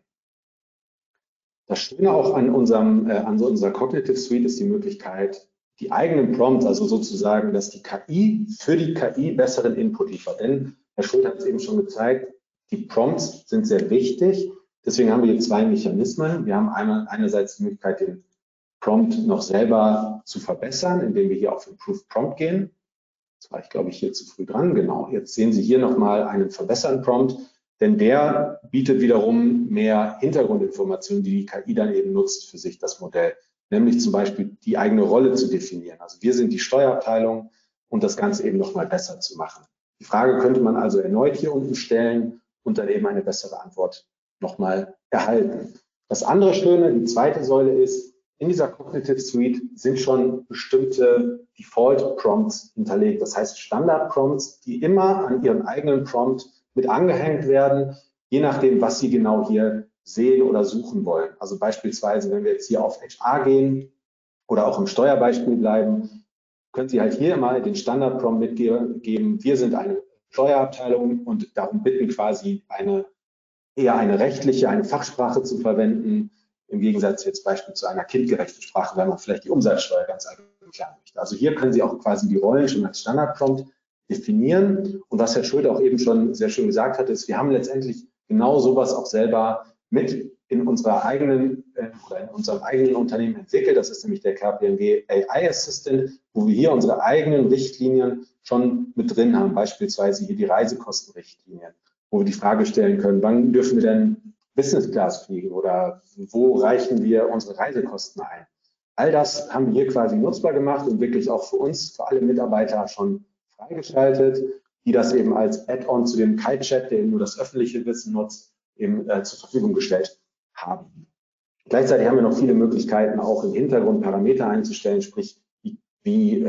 Das Schöne auch an unserer Cognitive Suite ist die Möglichkeit, die eigenen Prompts, also sozusagen, dass die KI für die KI besseren Input liefert. Denn Herr Schult hat es eben schon gezeigt, die Prompts sind sehr wichtig. Deswegen haben wir hier zwei Mechanismen. Wir haben einerseits die Möglichkeit, den Prompt noch selber zu verbessern, indem wir hier auf Improve Prompt gehen. Jetzt war ich, glaube ich, hier zu früh dran. Genau, jetzt sehen Sie hier nochmal einen verbesserten Prompt, denn der bietet wiederum mehr Hintergrundinformationen, die die KI dann eben nutzt für sich, das Modell. Nämlich zum Beispiel die eigene Rolle zu definieren. Also wir sind die Steuerabteilung und das Ganze eben nochmal besser zu machen. Die Frage könnte man also erneut hier unten stellen und dann eben eine bessere Antwort nochmal erhalten. Das andere Schöne, die zweite Säule ist, in dieser Cognitive Suite sind schon bestimmte Default Prompts hinterlegt. Das heißt Standard Prompts, die immer an ihren eigenen Prompt mit angehängt werden, je nachdem, was Sie genau hier sehen oder suchen wollen. Also beispielsweise, wenn wir jetzt hier auf HR gehen oder auch im Steuerbeispiel bleiben, können Sie halt hier mal den Standard Prompt mitgeben. Wir sind eine Steuerabteilung und darum bitten, quasi eher eine rechtliche, eine Fachsprache zu verwenden, im Gegensatz jetzt beispielsweise zu einer kindgerechten Sprache, wenn man vielleicht die Umsatzsteuer ganz allgemein klären möchte. Also hier können Sie auch quasi die Rollen schon als Standardprompt definieren. Und was Herr Schulte auch eben schon sehr schön gesagt hat, ist, wir haben letztendlich genau sowas auch selber mit in unserer eigenen oder in unserem eigenen Unternehmen entwickelt. Das ist nämlich der KPMG AI Assistant, wo wir hier unsere eigenen Richtlinien schon mit drin haben, beispielsweise hier die Reisekostenrichtlinien, wo wir die Frage stellen können, wann dürfen wir denn Business Class fliegen oder wo reichen wir unsere Reisekosten ein? All das haben wir hier quasi nutzbar gemacht und wirklich auch für uns, für alle Mitarbeiter schon freigeschaltet, die das eben als Add-on zu dem Kite-Chat, der eben nur das öffentliche Wissen nutzt, eben zur Verfügung gestellt haben. Gleichzeitig haben wir noch viele Möglichkeiten, auch im Hintergrund Parameter einzustellen, sprich wie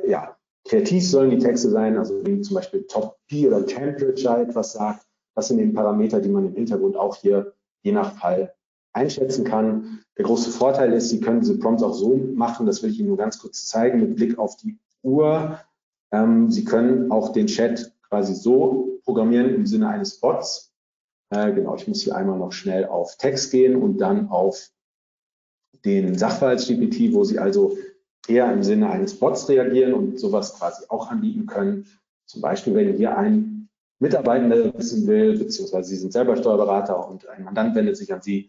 kreativ sollen die Texte sein, also wie zum Beispiel Top P oder Temperature etwas sagt. Das sind eben Parameter, die man im Hintergrund auch hier je nach Fall einschätzen kann. Der große Vorteil ist, Sie können diese Prompts auch so machen, das will ich Ihnen nur ganz kurz zeigen, mit Blick auf die Uhr. Sie können auch den Chat quasi so programmieren im Sinne eines Bots. Genau, ich muss hier einmal noch schnell auf Text gehen und dann auf den Sachverhalts-GPT, wo Sie also eher im Sinne eines Bots reagieren und sowas quasi auch anbieten können. Zum Beispiel, wenn hier ein Mitarbeitender wissen will, beziehungsweise Sie sind selber Steuerberater und ein Mandant wendet sich an Sie,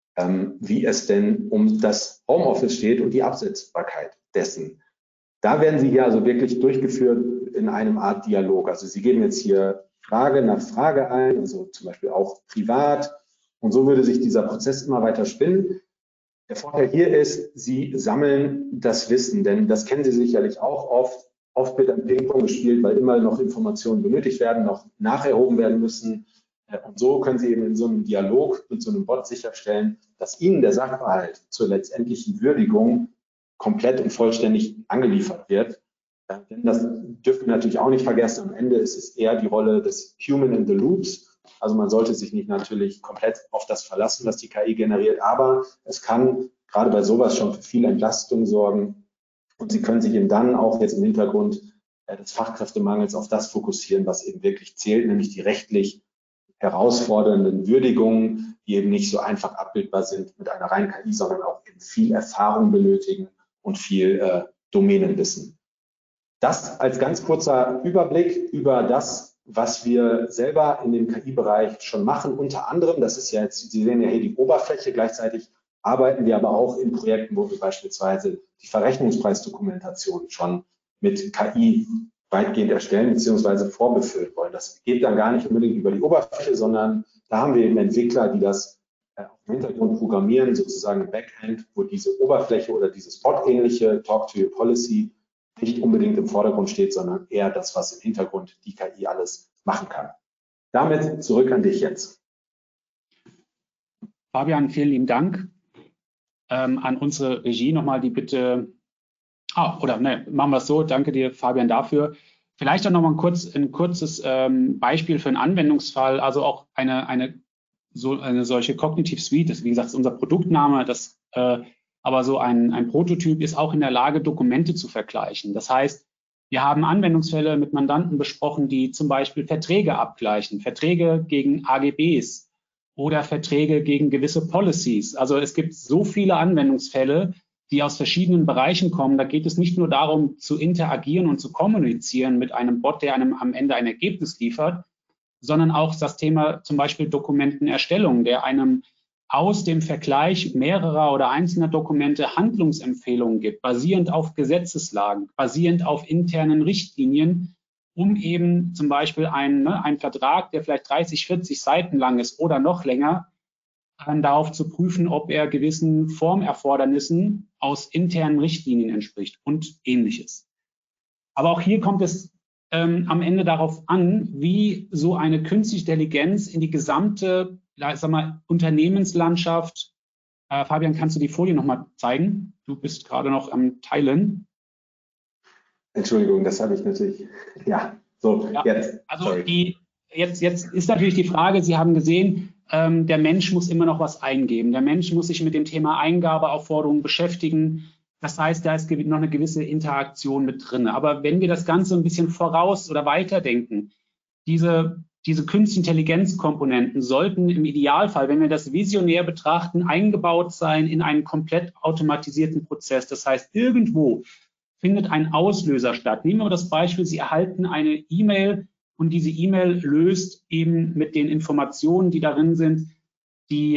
wie es denn um das Homeoffice steht und die Absetzbarkeit dessen. Da werden Sie hier also wirklich durchgeführt in einem Art Dialog. Also Sie geben jetzt hier Frage nach Frage ein, also zum Beispiel auch privat. Und so würde sich dieser Prozess immer weiter spinnen. Der Vorteil hier ist, Sie sammeln das Wissen, denn das kennen Sie sicherlich auch oft. Oft wird ein Ping-Pong gespielt, weil immer noch Informationen benötigt werden, noch nacherhoben werden müssen. Und so können Sie eben in so einem Dialog mit so einem Bot sicherstellen, dass Ihnen der Sachverhalt zur letztendlichen Würdigung komplett und vollständig angeliefert wird. Denn das dürfen wir natürlich auch nicht vergessen. Am Ende ist es eher die Rolle des Human in the Loops. Also man sollte sich nicht natürlich komplett auf das verlassen, was die KI generiert, aber es kann gerade bei sowas schon für viel Entlastung sorgen. Und Sie können sich eben dann auch jetzt im Hintergrund des Fachkräftemangels auf das fokussieren, was eben wirklich zählt, nämlich die rechtlich herausfordernden Würdigungen, die eben nicht so einfach abbildbar sind mit einer reinen KI, sondern auch eben viel Erfahrung benötigen und viel Domänenwissen. Das als ganz kurzer Überblick über das, was wir selber in dem KI-Bereich schon machen. Unter anderem, das ist ja jetzt, Sie sehen ja hier die Oberfläche, gleichzeitig arbeiten wir aber auch in Projekten, wo wir beispielsweise die Verrechnungspreisdokumentation schon mit KI weitgehend erstellen bzw. vorbefüllen wollen. Das geht dann gar nicht unbedingt über die Oberfläche, sondern da haben wir eben Entwickler, die das im Hintergrund programmieren, sozusagen im Backend, wo diese Oberfläche oder dieses Bot-ähnliche Talk to Your Policy nicht unbedingt im Vordergrund steht, sondern eher das, was im Hintergrund die KI alles machen kann. Damit zurück an dich jetzt. Fabian, vielen lieben Dank. An unsere Regie nochmal die Bitte, machen wir es so, danke dir, Fabian, dafür. Vielleicht auch nochmal ein kurzes Beispiel für einen Anwendungsfall, also auch eine solche Cognitive Suite, das, wie gesagt, ist unser Produktname, das aber so ein Prototyp ist auch in der Lage, Dokumente zu vergleichen. Das heißt, wir haben Anwendungsfälle mit Mandanten besprochen, die zum Beispiel Verträge abgleichen, Verträge gegen AGBs oder Verträge gegen gewisse Policies. Also es gibt so viele Anwendungsfälle, die aus verschiedenen Bereichen kommen. Da geht es nicht nur darum, zu interagieren und zu kommunizieren mit einem Bot, der einem am Ende ein Ergebnis liefert, sondern auch das Thema zum Beispiel Dokumentenerstellung, der einem aus dem Vergleich mehrerer oder einzelner Dokumente Handlungsempfehlungen gibt, basierend auf Gesetzeslagen, basierend auf internen Richtlinien, um eben zum Beispiel einen Vertrag, der vielleicht 30, 40 Seiten lang ist oder noch länger, darauf zu prüfen, ob er gewissen Formerfordernissen aus internen Richtlinien entspricht und Ähnliches. Aber auch hier kommt es am Ende darauf an, wie so eine künstliche Intelligenz in die gesamte, sag mal, Unternehmenslandschaft. Fabian, kannst du die Folie nochmal zeigen? Du bist gerade noch am Teilen. Entschuldigung, das habe ich natürlich. Ja, so, ja, jetzt. Also jetzt ist natürlich die Frage, Sie haben gesehen, der Mensch muss immer noch was eingeben. Der Mensch muss sich mit dem Thema Eingabeaufforderungen beschäftigen. Das heißt, da ist noch eine gewisse Interaktion mit drin. Aber wenn wir das Ganze ein bisschen voraus oder weiterdenken, diese künstliche Intelligenzkomponenten sollten im Idealfall, wenn wir das visionär betrachten, eingebaut sein in einen komplett automatisierten Prozess. Das heißt, irgendwo findet ein Auslöser statt. Nehmen wir das Beispiel, Sie erhalten eine E-Mail und diese E-Mail löst eben mit den Informationen, die darin sind, die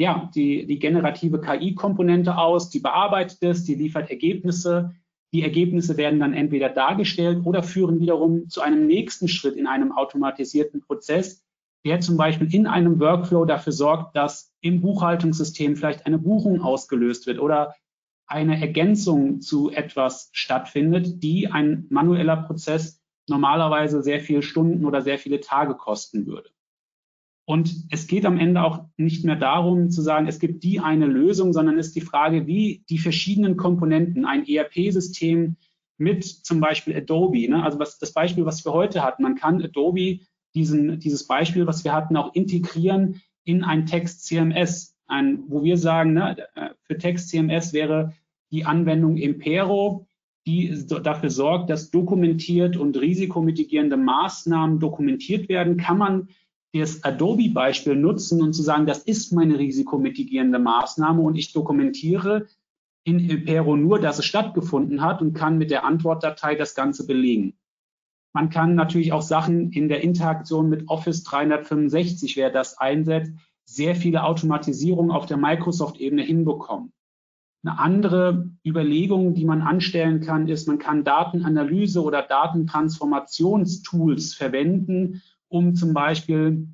generative KI-Komponente aus, die bearbeitet es, die liefert Ergebnisse. Die Ergebnisse werden dann entweder dargestellt oder führen wiederum zu einem nächsten Schritt in einem automatisierten Prozess, der zum Beispiel in einem Workflow dafür sorgt, dass im Buchhaltungssystem vielleicht eine Buchung ausgelöst wird oder eine Ergänzung zu etwas stattfindet, die ein manueller Prozess normalerweise sehr viele Stunden oder sehr viele Tage kosten würde. Und es geht am Ende auch nicht mehr darum zu sagen, es gibt die eine Lösung, sondern es ist die Frage, wie die verschiedenen Komponenten, ein ERP-System mit zum Beispiel Adobe, also das Beispiel, was wir heute hatten, man kann Adobe, dieses Beispiel, was wir hatten, auch integrieren in ein Text-CMS, wo wir sagen, für Text-CMS wäre die Anwendung Impero, die dafür sorgt, dass dokumentiert und risikomitigierende Maßnahmen dokumentiert werden, kann man das Adobe-Beispiel nutzen und zu sagen, das ist meine risikomitigierende Maßnahme und ich dokumentiere in Impero nur, dass es stattgefunden hat und kann mit der Antwortdatei das Ganze belegen. Man kann natürlich auch Sachen in der Interaktion mit Office 365, wer das einsetzt, sehr viele Automatisierungen auf der Microsoft-Ebene hinbekommen. Eine andere Überlegung, die man anstellen kann, ist, man kann Datenanalyse oder Datentransformationstools verwenden, um zum Beispiel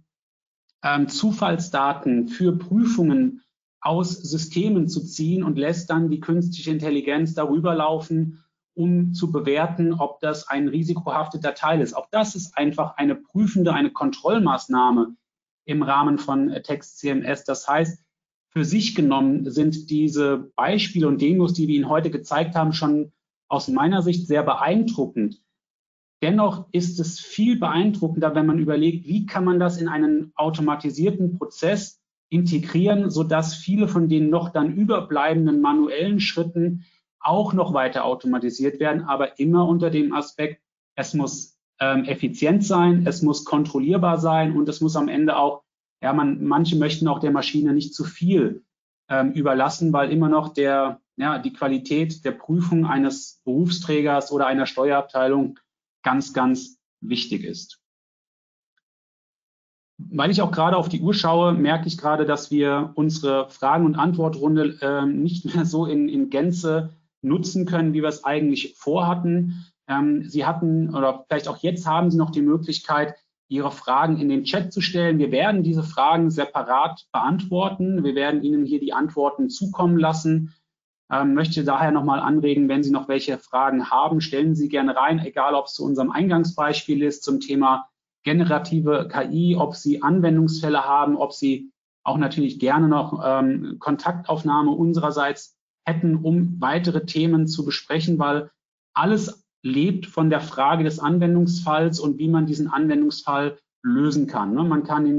Zufallsdaten für Prüfungen aus Systemen zu ziehen und lässt dann die künstliche Intelligenz darüber laufen, um zu bewerten, ob das ein risikohafteter Teil ist. Auch das ist einfach eine prüfende, eine Kontrollmaßnahme im Rahmen von Text-CMS. Das heißt, für sich genommen sind diese Beispiele und Demos, die wir Ihnen heute gezeigt haben, schon aus meiner Sicht sehr beeindruckend. Dennoch ist es viel beeindruckender, wenn man überlegt, wie kann man das in einen automatisierten Prozess integrieren, sodass viele von den noch dann überbleibenden manuellen Schritten auch noch weiter automatisiert werden, aber immer unter dem Aspekt, es muss effizient sein, es muss kontrollierbar sein und es muss am Ende auch, manche möchten auch der Maschine nicht zu viel überlassen, weil immer noch die Qualität der Prüfung eines Berufsträgers oder einer Steuerabteilung ganz, ganz wichtig ist. Weil ich auch gerade auf die Uhr schaue, merke ich gerade, dass wir unsere Fragen- und Antwortrunde nicht mehr so in Gänze nutzen können, wie wir es eigentlich vorhatten. Sie hatten, oder vielleicht auch jetzt haben Sie noch die Möglichkeit, Ihre Fragen in den Chat zu stellen. Wir werden diese Fragen separat beantworten. Wir werden Ihnen hier die Antworten zukommen lassen. Möchte daher nochmal anregen, wenn Sie noch welche Fragen haben, stellen Sie gerne rein, egal ob es zu unserem Eingangsbeispiel ist, zum Thema generative KI, ob Sie Anwendungsfälle haben, ob Sie auch natürlich gerne noch Kontaktaufnahme unsererseits hätten, um weitere Themen zu besprechen, weil alles lebt von der Frage des Anwendungsfalls und wie man diesen Anwendungsfall lösen kann. Man kann ihn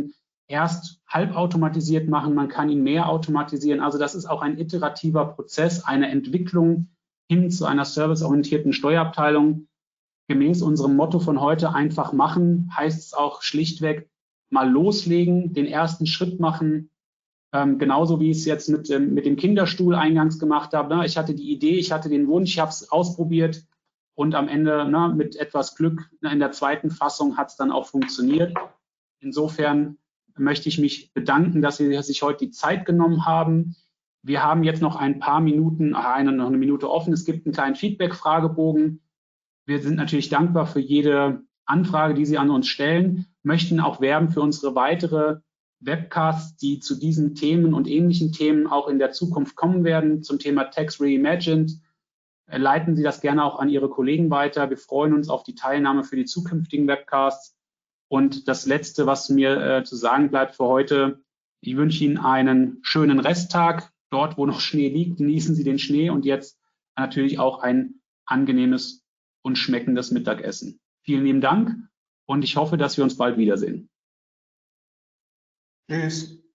erst halbautomatisiert machen, man kann ihn mehr automatisieren. Also das ist auch ein iterativer Prozess, eine Entwicklung hin zu einer serviceorientierten Steuerabteilung. Gemäß unserem Motto von heute, einfach machen, heißt es auch schlichtweg mal loslegen, den ersten Schritt machen, genauso wie ich es jetzt mit dem Kinderstuhl eingangs gemacht habe. Ne? Ich hatte die Idee, ich hatte den Wunsch, ich habe es ausprobiert und am Ende mit etwas Glück in der zweiten Fassung hat es dann auch funktioniert. Insofern möchte ich mich bedanken, dass Sie sich heute die Zeit genommen haben. Wir haben jetzt noch ein paar Minuten, noch eine Minute offen. Es gibt einen kleinen Feedback-Fragebogen. Wir sind natürlich dankbar für jede Anfrage, die Sie an uns stellen, möchten auch werben für unsere weitere Webcasts, die zu diesen Themen und ähnlichen Themen auch in der Zukunft kommen werden, zum Thema Tax Reimagined. Leiten Sie das gerne auch an Ihre Kollegen weiter. Wir freuen uns auf die Teilnahme für die zukünftigen Webcasts. Und das Letzte, was mir zu sagen bleibt für heute, ich wünsche Ihnen einen schönen Resttag. Dort, wo noch Schnee liegt, genießen Sie den Schnee und jetzt natürlich auch ein angenehmes und schmeckendes Mittagessen. Vielen lieben Dank und ich hoffe, dass wir uns bald wiedersehen. Tschüss.